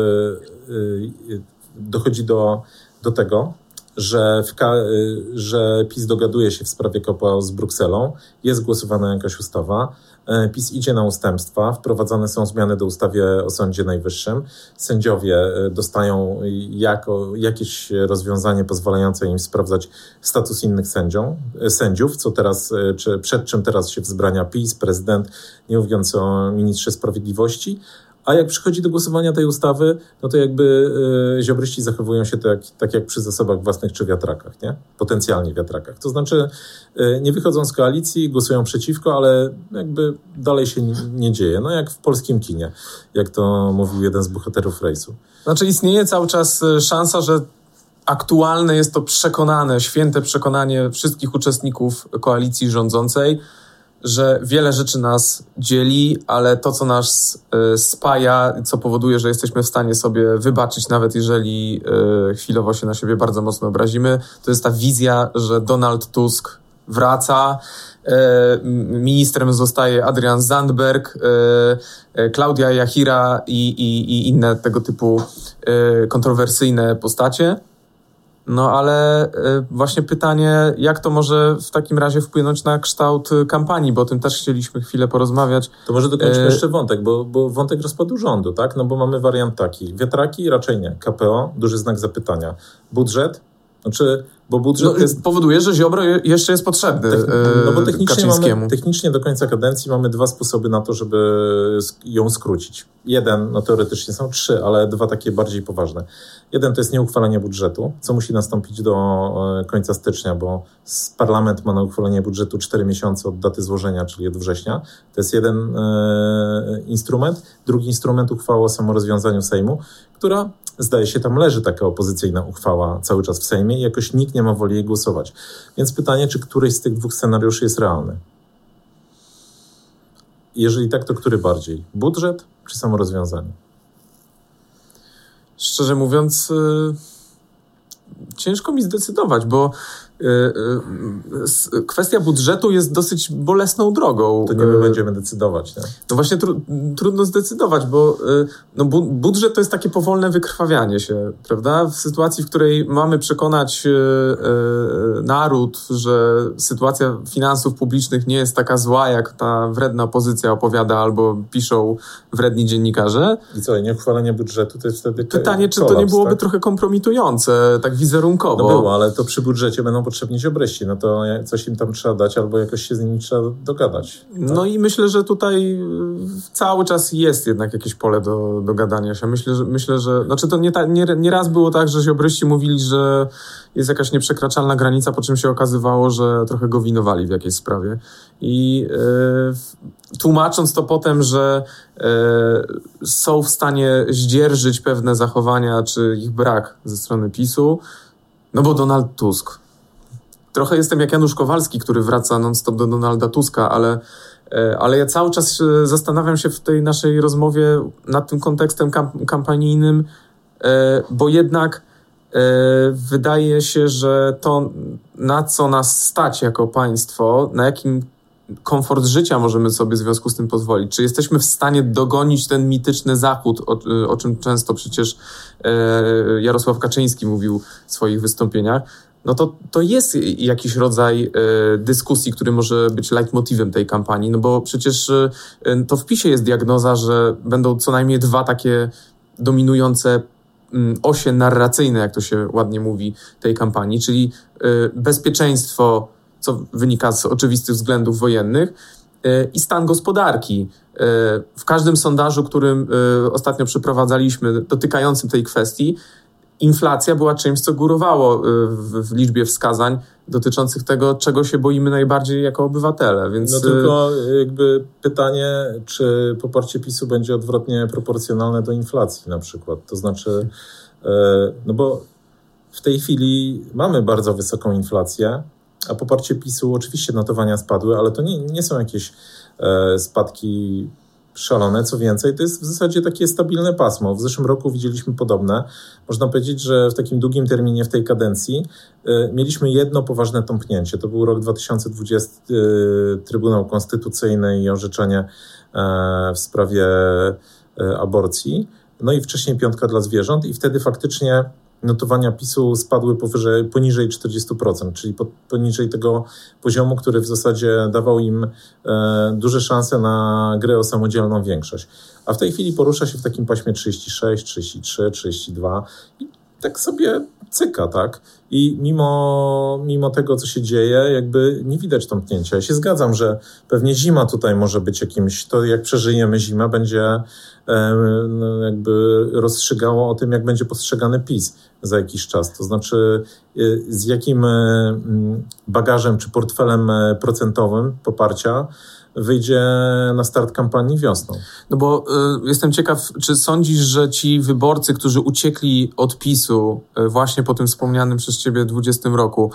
dochodzi do tego, że PiS dogaduje się w sprawie KPO z Brukselą, jest głosowana jakaś ustawa, PiS idzie na ustępstwa, wprowadzane są zmiany do ustawy o Sądzie Najwyższym, sędziowie dostają jakieś rozwiązanie pozwalające im sprawdzać status innych sędziów, co teraz, czy przed czym teraz się wzbrania PiS, prezydent, nie mówiąc o ministrze sprawiedliwości. A jak przychodzi do głosowania tej ustawy, no to jakby ziobryści zachowują się tak jak przy zasobach własnych czy wiatrakach, nie? Potencjalnie wiatrakach. To znaczy nie wychodzą z koalicji, głosują przeciwko, ale jakby dalej się nie dzieje. No jak w polskim kinie, jak to mówił jeden z bohaterów rejsu. Znaczy istnieje cały czas szansa, że aktualne jest to święte przekonanie wszystkich uczestników koalicji rządzącej, że wiele rzeczy nas dzieli, ale to, co nas spaja, co powoduje, że jesteśmy w stanie sobie wybaczyć, nawet jeżeli chwilowo się na siebie bardzo mocno obrazimy, to jest ta wizja, że Donald Tusk wraca, ministrem zostaje Adrian Zandberg, Klaudia Jachira i inne tego typu kontrowersyjne postacie. No ale właśnie pytanie, jak to może w takim razie wpłynąć na kształt kampanii, bo o tym też chcieliśmy chwilę porozmawiać. To może dokończmy jeszcze wątek, bo wątek rozpadu rządu, tak? No bo mamy wariant taki. Wiatraki raczej nie. KPO, duży znak zapytania. Budżet? Znaczy, bo budżet powoduje, że Ziobro jeszcze jest potrzebny no bo Kaczyńskiemu. Technicznie do końca kadencji mamy 2 sposoby na to, żeby ją skrócić. Jeden, no teoretycznie są 3, ale 2 takie bardziej poważne. Jeden to jest nieuchwalenie budżetu, co musi nastąpić do końca stycznia, bo parlament ma na uchwalenie budżetu 4 miesiące od daty złożenia, czyli od września. To jest jeden instrument. Drugi instrument, uchwała o samorozwiązaniu Sejmu, która, zdaje się, tam leży taka opozycyjna uchwała cały czas w Sejmie i jakoś nikt nie ma woli jej głosować. Więc pytanie, czy któryś z tych 2 scenariuszy jest realny? Jeżeli tak, to który bardziej? Budżet czy samorozwiązanie? Szczerze mówiąc, ciężko mi zdecydować, bo kwestia budżetu jest dosyć bolesną drogą. To nie my będziemy decydować, nie? No właśnie trudno zdecydować, bo budżet to jest takie powolne wykrwawianie się, prawda? W sytuacji, w której mamy przekonać naród, że sytuacja finansów publicznych nie jest taka zła, jak ta wredna opozycja opowiada albo piszą wredni dziennikarze. I co, nieuchwalenie budżetu to jest wtedy pytanie, czy kolaps, to nie byłoby tak? trochę kompromitujące, tak wizerunkowo. No było, ale to przy budżecie będą potrzebni ziobryści, no to coś im tam trzeba dać albo jakoś się z nimi trzeba dogadać. Tak? No i myślę, że tutaj cały czas jest jednak jakieś pole do gadania się. Myślę, że znaczy to nie raz było tak, że ziobryści mówili, że jest jakaś nieprzekraczalna granica, po czym się okazywało, że trochę go winowali w jakiejś sprawie. I tłumacząc to potem, że są w stanie zdzierżyć pewne zachowania, czy ich brak ze strony PiS-u, no bo Donald Tusk. Trochę jestem jak Janusz Kowalski, który wraca non-stop do Donalda Tuska, ale ja cały czas zastanawiam się w tej naszej rozmowie nad tym kontekstem kampanijnym, bo jednak wydaje się, że to, na co nas stać jako państwo, na jakim komfort życia możemy sobie w związku z tym pozwolić, czy jesteśmy w stanie dogonić ten mityczny Zachód, o czym często przecież Jarosław Kaczyński mówił w swoich wystąpieniach, no to jest jakiś rodzaj dyskusji, który może być leitmotivem tej kampanii, no bo przecież to w PiS-ie jest diagnoza, że będą co najmniej 2 takie dominujące osie narracyjne, jak to się ładnie mówi, tej kampanii, czyli bezpieczeństwo, co wynika z oczywistych względów wojennych, i stan gospodarki. W każdym sondażu, którym ostatnio przeprowadzaliśmy, dotykającym tej kwestii, inflacja była czymś, co górowało w liczbie wskazań dotyczących tego, czego się boimy najbardziej jako obywatele. Więc... No tylko jakby pytanie, czy poparcie PiS-u będzie odwrotnie proporcjonalne do inflacji na przykład. To znaczy, no bo w tej chwili mamy bardzo wysoką inflację, a poparcie PiS-u oczywiście notowania spadły, ale to nie są jakieś spadki szalone. Co więcej, to jest w zasadzie takie stabilne pasmo. W zeszłym roku widzieliśmy podobne. Można powiedzieć, że w takim długim terminie w tej kadencji mieliśmy jedno poważne tąpnięcie. To był rok 2020, Trybunał Konstytucyjny i orzeczenie w sprawie aborcji. No i wcześniej 5 dla zwierząt i wtedy faktycznie notowania PiS-u spadły poniżej 40%, czyli poniżej tego poziomu, który w zasadzie dawał im duże szanse na grę o samodzielną większość. A w tej chwili porusza się w takim paśmie 36, 33, 32 i tak sobie cyka, tak? I mimo tego, co się dzieje, jakby nie widać tąpnięcia. Ja się zgadzam, że pewnie zima tutaj może być jakimś, to jak przeżyjemy zimę, będzie jakby rozstrzygało o tym, jak będzie postrzegany PiS za jakiś czas. To znaczy, z jakim bagażem czy portfelem procentowym poparcia wyjdzie na start kampanii wiosną. No bo jestem ciekaw, czy sądzisz, że ci wyborcy, którzy uciekli od PiS-u właśnie po tym wspomnianym przez ciebie 20 roku,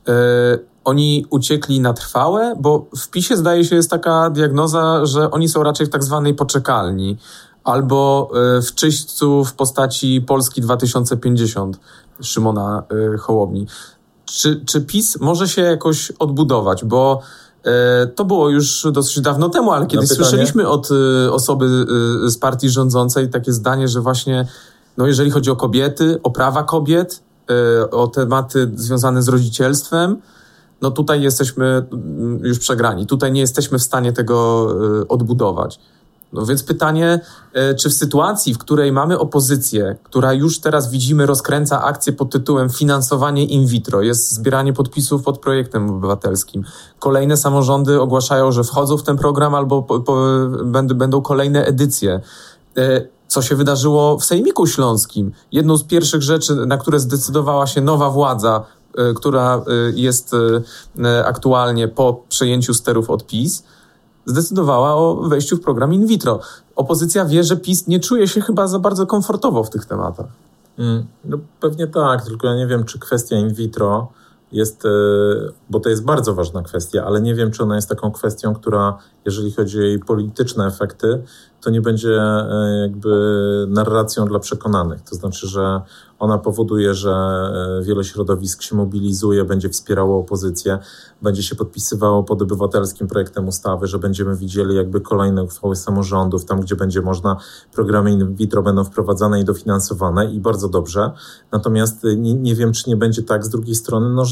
oni uciekli na trwałe? Bo w PiS-ie zdaje się jest taka diagnoza, że oni są raczej w tak zwanej poczekalni albo w czyśćcu w postaci Polski 2050 Szymona Hołowni. Czy PiS może się jakoś odbudować? Bo to było już dosyć dawno temu, ale kiedyś słyszeliśmy od osoby z partii rządzącej takie zdanie, że właśnie jeżeli chodzi o kobiety, o prawa kobiet, o tematy związane z rodzicielstwem, no tutaj jesteśmy już przegrani. Tutaj nie jesteśmy w stanie tego odbudować. No więc pytanie, czy w sytuacji, w której mamy opozycję, która już teraz widzimy rozkręca akcję pod tytułem finansowanie in vitro, jest zbieranie podpisów pod projektem obywatelskim, kolejne samorządy ogłaszają, że wchodzą w ten program albo będą kolejne edycje. Co się wydarzyło w Sejmiku Śląskim? Jedną z pierwszych rzeczy, na które zdecydowała się nowa władza, która jest aktualnie po przejęciu sterów od PiS, zdecydowała o wejściu w program in vitro. Opozycja wie, że PiS nie czuje się chyba za bardzo komfortowo w tych tematach. No pewnie tak, tylko ja nie wiem, czy kwestia in vitro jest, bo to jest bardzo ważna kwestia, ale nie wiem, czy ona jest taką kwestią, która, jeżeli chodzi o jej polityczne efekty, to nie będzie jakby narracją dla przekonanych. To znaczy, że ona powoduje, że wiele środowisk się mobilizuje, będzie wspierało opozycję, będzie się podpisywało pod obywatelskim projektem ustawy, że będziemy widzieli jakby kolejne uchwały samorządów, tam gdzie będzie można, programy in vitro będą wprowadzane i dofinansowane i bardzo dobrze. Natomiast nie wiem, czy nie będzie tak z drugiej strony, no, że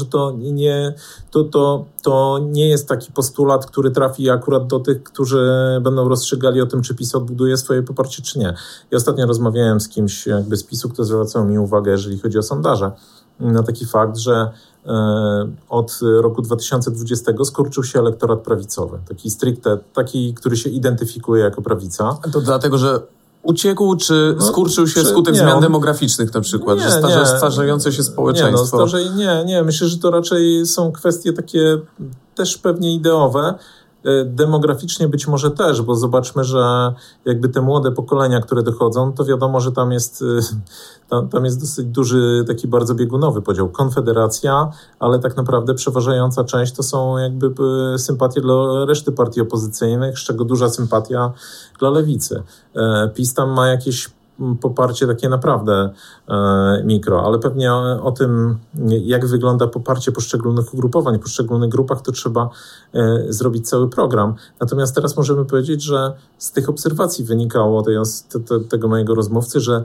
to nie jest taki postulat, który trafi akurat do tych, którzy będą rozstrzygali o tym, czy PiS odbuduje swoje poparcie, czy nie. Ja ostatnio rozmawiałem z kimś jakby z PiS-u, kto zwracał mi uwagę, jeżeli chodzi o sondaże, na taki fakt, że od roku 2020 skurczył się elektorat prawicowy. Taki stricte, taki, który się identyfikuje jako prawica. To dlatego, że uciekł, czy skurczył się wskutek zmian demograficznych na przykład, że starzejące się społeczeństwo? Nie. Myślę, że to raczej są kwestie takie też pewnie ideowe. Demograficznie być może też, bo zobaczmy, że jakby te młode pokolenia, które dochodzą, to wiadomo, że tam jest dosyć duży, taki bardzo biegunowy podział. Konfederacja, ale tak naprawdę przeważająca część to są jakby sympatie dla reszty partii opozycyjnych, z czego duża sympatia dla lewicy. PiS tam ma jakieś poparcie takie naprawdę mikro, ale pewnie o tym, jak wygląda poparcie poszczególnych ugrupowań, w poszczególnych grupach, to trzeba zrobić cały program. Natomiast teraz możemy powiedzieć, że z tych obserwacji wynikało tego mojego rozmówcy, że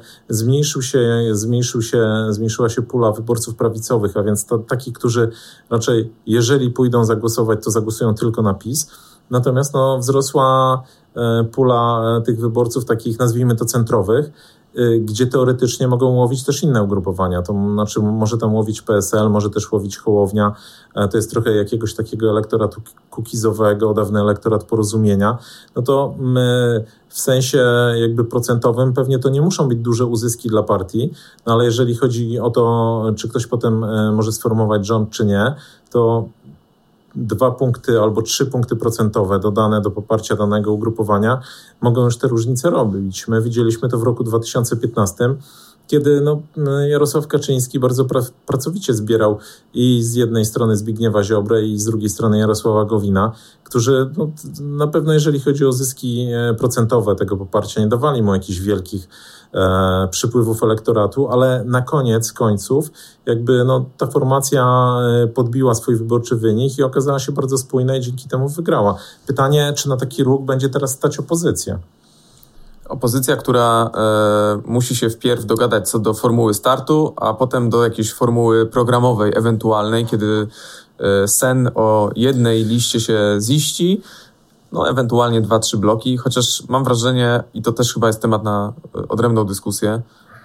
zmniejszyła się pula wyborców prawicowych, a więc takich, którzy raczej, jeżeli pójdą zagłosować, to zagłosują tylko na PiS. Natomiast wzrosła pula tych wyborców takich, nazwijmy to centrowych, gdzie teoretycznie mogą łowić też inne ugrupowania. To znaczy może tam łowić PSL, może też łowić Hołownia. To jest trochę jakiegoś takiego elektoratu kukizowego, dawny elektorat Porozumienia. No to w sensie jakby procentowym pewnie to nie muszą być duże uzyski dla partii, no ale jeżeli chodzi o to, czy ktoś potem może sformować rząd, czy nie, to 2 punkty albo 3 punkty procentowe dodane do poparcia danego ugrupowania mogą już te różnice robić. My widzieliśmy to w roku 2015, kiedy Jarosław Kaczyński bardzo pracowicie zbierał i z jednej strony Zbigniewa Ziobrę i z drugiej strony Jarosława Gowina, którzy na pewno, jeżeli chodzi o zyski procentowe tego poparcia, nie dawali mu jakichś wielkich przypływów elektoratu, ale na koniec końców jakby ta formacja podbiła swój wyborczy wynik i okazała się bardzo spójna i dzięki temu wygrała. Pytanie, czy na taki ruch będzie teraz stać opozycja? Opozycja, która musi się wpierw dogadać co do formuły startu, a potem do jakiejś formuły programowej ewentualnej, kiedy sen o jednej liście się ziści, ewentualnie 2-3 bloki, chociaż mam wrażenie, i to też chyba jest temat na odrębną dyskusję,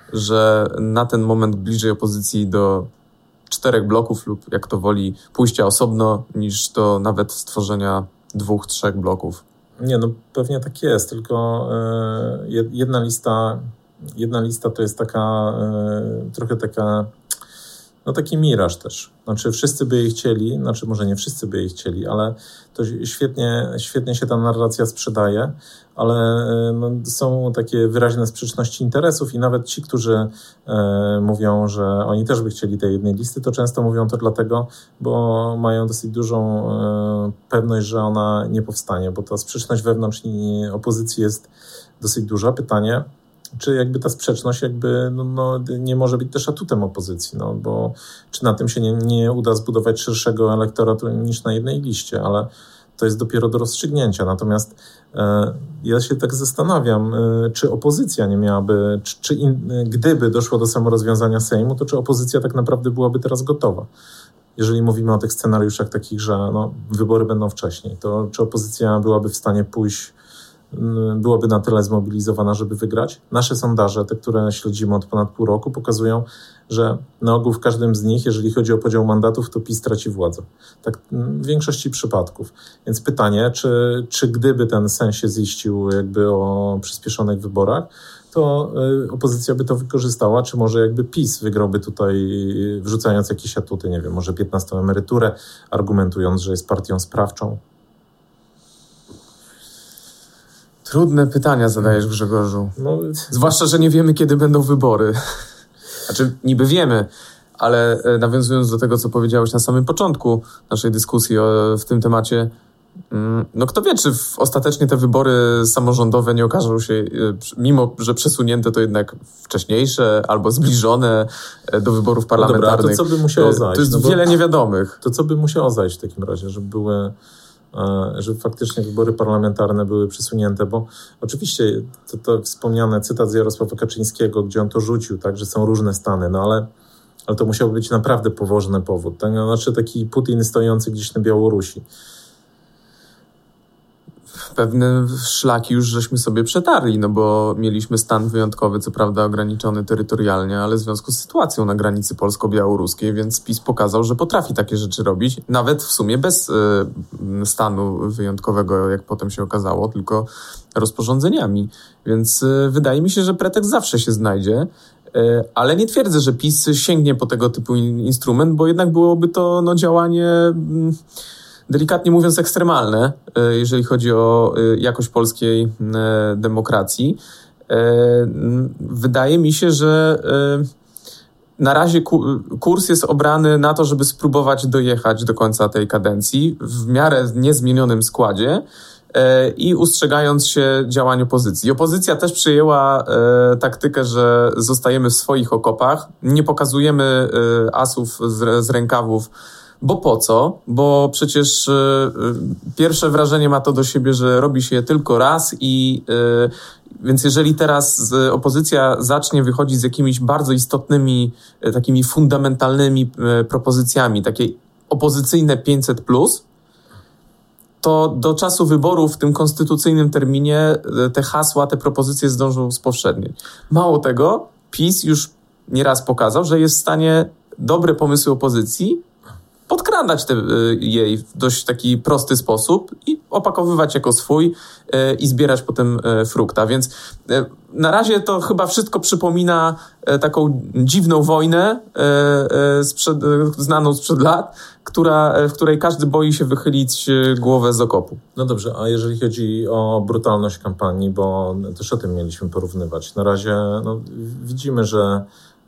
że na ten moment bliżej opozycji do 4 bloków lub jak to woli pójścia osobno, niż do nawet stworzenia 2-3 bloków. Nie, pewnie tak jest, tylko jedna lista to jest taka trochę taka, taki miraż też. Znaczy wszyscy by jej chcieli, może nie wszyscy by jej chcieli, ale to świetnie się ta narracja sprzedaje, ale są takie wyraźne sprzeczności interesów i nawet ci, którzy mówią, że oni też by chcieli tej jednej listy, to często mówią to dlatego, bo mają dosyć dużą pewność, że ona nie powstanie, bo ta sprzeczność wewnątrz opozycji jest dosyć duża. Pytanie, czy jakby ta sprzeczność nie może być też atutem opozycji, bo czy na tym się nie uda zbudować szerszego elektoratu niż na jednej liście, ale to jest dopiero do rozstrzygnięcia. Natomiast ja się tak zastanawiam, czy opozycja nie miałaby, gdyby doszło do samorozwiązania Sejmu, to czy opozycja tak naprawdę byłaby teraz gotowa? Jeżeli mówimy o tych scenariuszach takich, że wybory będą wcześniej, to czy opozycja byłaby w stanie pójść, byłaby na tyle zmobilizowana, żeby wygrać? Nasze sondaże, te, które śledzimy od ponad pół roku, pokazują, że na ogół w każdym z nich, jeżeli chodzi o podział mandatów, to PiS traci władzę. Tak w większości przypadków. Więc pytanie, czy gdyby ten sen się ziścił jakby o przyspieszonych wyborach, to opozycja by to wykorzystała, czy może jakby PiS wygrałby tutaj, wrzucając jakieś atuty, nie wiem, może 15. emeryturę, argumentując, że jest partią sprawczą? Trudne pytania zadajesz, Grzegorzu. Zwłaszcza, że nie wiemy, kiedy będą wybory. Znaczy, niby wiemy, ale nawiązując do tego, co powiedziałeś na samym początku naszej dyskusji w tym temacie, kto wie, czy ostatecznie te wybory samorządowe nie okażą się, mimo że przesunięte, to jednak wcześniejsze albo zbliżone do wyborów parlamentarnych. No dobra, to co by musiało zajść? To jest wiele niewiadomych. To co by musiało zajść w takim razie, żeby faktycznie wybory parlamentarne były przesunięte, bo oczywiście to wspomniany cytat z Jarosława Kaczyńskiego, gdzie on to rzucił, tak, że są różne stany, ale to musiał być naprawdę poważny powód. Tak? Znaczy taki Putin stojący gdzieś na Białorusi. Pewne szlaki już żeśmy sobie przetarli, bo mieliśmy stan wyjątkowy, co prawda ograniczony terytorialnie, ale w związku z sytuacją na granicy polsko-białoruskiej, więc PiS pokazał, że potrafi takie rzeczy robić, nawet w sumie bez stanu wyjątkowego, jak potem się okazało, tylko rozporządzeniami. Więc wydaje mi się, że pretekst zawsze się znajdzie, ale nie twierdzę, że PiS sięgnie po tego typu instrument, bo jednak byłoby to działanie, delikatnie mówiąc, ekstremalne, jeżeli chodzi o jakość polskiej demokracji. Wydaje mi się, że na razie kurs jest obrany na to, żeby spróbować dojechać do końca tej kadencji w miarę niezmienionym składzie i ustrzegając się działań opozycji. Opozycja też przyjęła taktykę, że zostajemy w swoich okopach, nie pokazujemy asów z rękawów. Bo po co? Bo przecież pierwsze wrażenie ma to do siebie, że robi się je tylko raz więc jeżeli teraz opozycja zacznie wychodzić z jakimiś bardzo istotnymi, takimi fundamentalnymi propozycjami, takie opozycyjne 500+, to do czasu wyborów w tym konstytucyjnym terminie te hasła, te propozycje zdążą spowszednieć. Mało tego, PiS już nieraz pokazał, że jest w stanie dobre pomysły opozycji podkradać jej w dość taki prosty sposób i opakowywać jako swój i zbierać potem frukta. Więc na razie to chyba wszystko przypomina taką dziwną wojnę znaną sprzed lat, w której każdy boi się wychylić głowę z okopu. No dobrze, a jeżeli chodzi o brutalność kampanii, bo też o tym mieliśmy porównywać. Na razie widzimy, że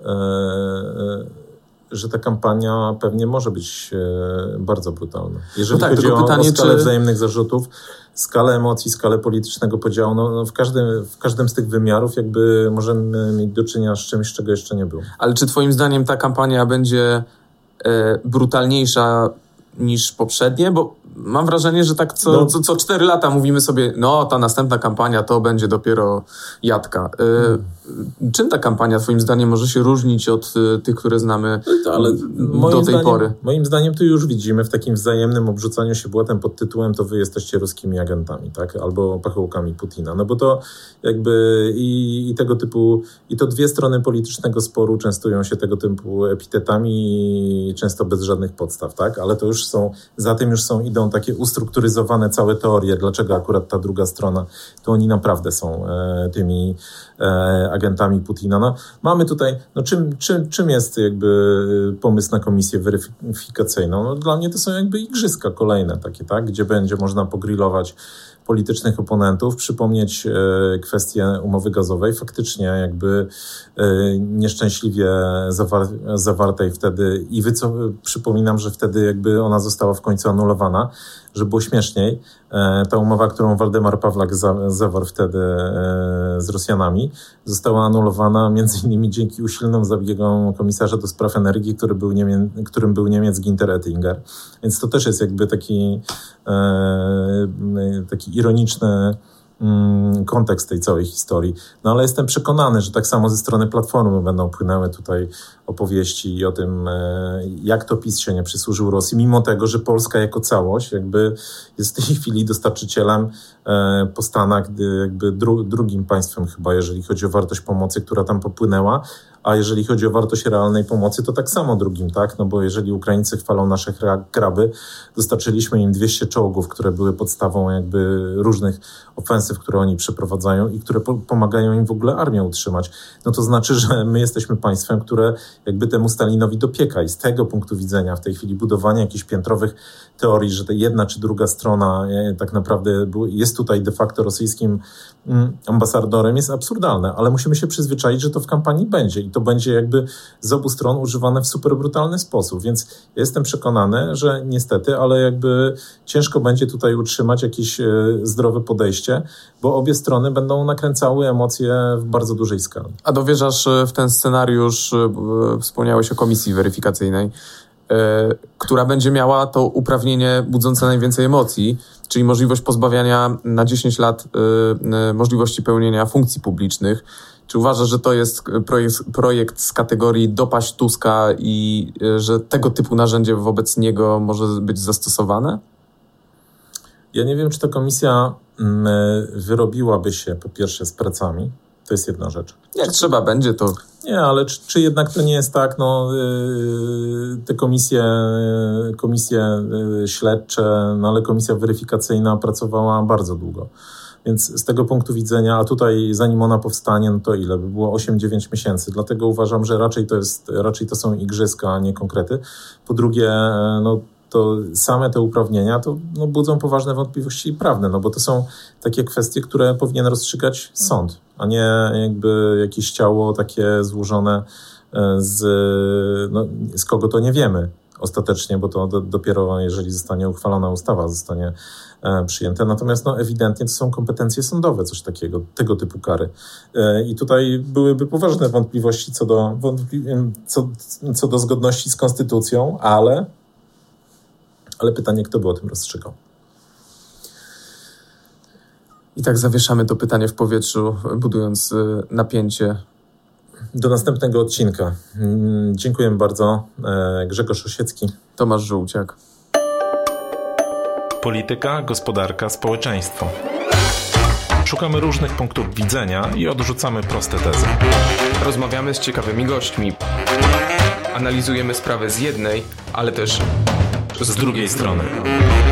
ta kampania pewnie może być bardzo brutalna. Jeżeli chodzi o skalę wzajemnych zarzutów, skalę emocji, skalę politycznego podziału, w każdym z tych wymiarów jakby możemy mieć do czynienia z czymś, czego jeszcze nie było. Ale czy twoim zdaniem ta kampania będzie brutalniejsza niż poprzednie? Bo mam wrażenie, że tak co 4 lata mówimy sobie, ta następna kampania to będzie dopiero jadka. Czym ta kampania twoim zdaniem może się różnić od tych, które znamy do tej pory? Moim zdaniem tu już widzimy w takim wzajemnym obrzucaniu się błotem pod tytułem to wy jesteście ruskimi agentami, tak? Albo pachołkami Putina. Bo to jakby i tego typu, i to dwie strony politycznego sporu częstują się tego typu epitetami i często bez żadnych podstaw, tak? Ale to już za tym już idą takie ustrukturyzowane całe teorie, dlaczego akurat ta druga strona, to oni naprawdę są tymi agentami Putina. Mamy tutaj, czym jest jakby pomysł na komisję weryfikacyjną? Dla mnie to są jakby igrzyska kolejne takie, tak? Gdzie będzie można pogrillować politycznych oponentów, przypomnieć kwestię umowy gazowej, faktycznie jakby nieszczęśliwie zawartej wtedy i przypominam, że wtedy jakby ona została w końcu anulowana, że było śmieszniej. Ta umowa, którą Waldemar Pawlak zawarł wtedy z Rosjanami, została anulowana między innymi dzięki usilnym zabiegom komisarza do spraw energii, którym był Niemiec Günther Oettinger. Więc to też jest jakby taki ironiczny kontekst tej całej historii. No ale jestem przekonany, że tak samo ze strony Platformy będą płynęły tutaj opowieści i o tym, jak to PiS się nie przysłużył Rosji, mimo tego, że Polska jako całość jakby jest w tej chwili dostarczycielem po Stanach, jakby drugim państwem chyba, jeżeli chodzi o wartość pomocy, która tam popłynęła, a jeżeli chodzi o wartość realnej pomocy, to tak samo drugim, tak? No bo jeżeli Ukraińcy chwalą nasze kraby, dostarczyliśmy im 200 czołgów, które były podstawą jakby różnych ofensyw, które oni przeprowadzają i które pomagają im w ogóle armię utrzymać. No to znaczy, że my jesteśmy państwem, które jakby temu Stalinowi dopieka i z tego punktu widzenia w tej chwili budowanie jakichś piętrowych teorii, że ta jedna czy druga strona tak naprawdę jest tutaj de facto rosyjskim ambasadorem, jest absurdalne, ale musimy się przyzwyczaić, że to w kampanii będzie i to będzie jakby z obu stron używane w super brutalny sposób, więc ja jestem przekonany, że niestety, ale jakby ciężko będzie tutaj utrzymać jakieś zdrowe podejście, bo obie strony będą nakręcały emocje w bardzo dużej skali. A dowierzasz w ten scenariusz, wspomniałeś o komisji weryfikacyjnej, która będzie miała to uprawnienie budzące najwięcej emocji, czyli możliwość pozbawiania na 10 lat możliwości pełnienia funkcji publicznych. Czy uważasz, że to jest projekt z kategorii dopaść Tuska i że tego typu narzędzie wobec niego może być zastosowane? Ja nie wiem, czy ta komisja wyrobiłaby się po pierwsze z pracami. To jest jedna rzecz. Jak trzeba będzie, to... Nie, ale czy jednak to nie jest tak, no te komisje śledcze, no ale komisja weryfikacyjna pracowała bardzo długo. Więc z tego punktu widzenia, a tutaj zanim ona powstanie, no to ile? By było 8-9 miesięcy. Dlatego uważam, że raczej to są igrzyska, a nie konkrety. Po drugie, no to same te uprawnienia to budzą poważne wątpliwości prawne, no bo to są takie kwestie, które powinien rozstrzygać sąd, a nie jakby jakieś ciało takie złożone z kogo to nie wiemy ostatecznie, bo to dopiero jeżeli zostanie uchwalona ustawa, zostanie przyjęte. Natomiast ewidentnie to są kompetencje sądowe, coś takiego, tego typu kary. I tutaj byłyby poważne wątpliwości co do zgodności z konstytucją, ale pytanie, kto by o tym rozstrzygał. I tak zawieszamy to pytanie w powietrzu, budując napięcie. Do następnego odcinka. Dziękuję bardzo. Grzegorz Osiecki. Tomasz Żółciak. Polityka, gospodarka, społeczeństwo. Szukamy różnych punktów widzenia i odrzucamy proste tezy. Rozmawiamy z ciekawymi gośćmi. Analizujemy sprawę z jednej, ale też z drugiej strony.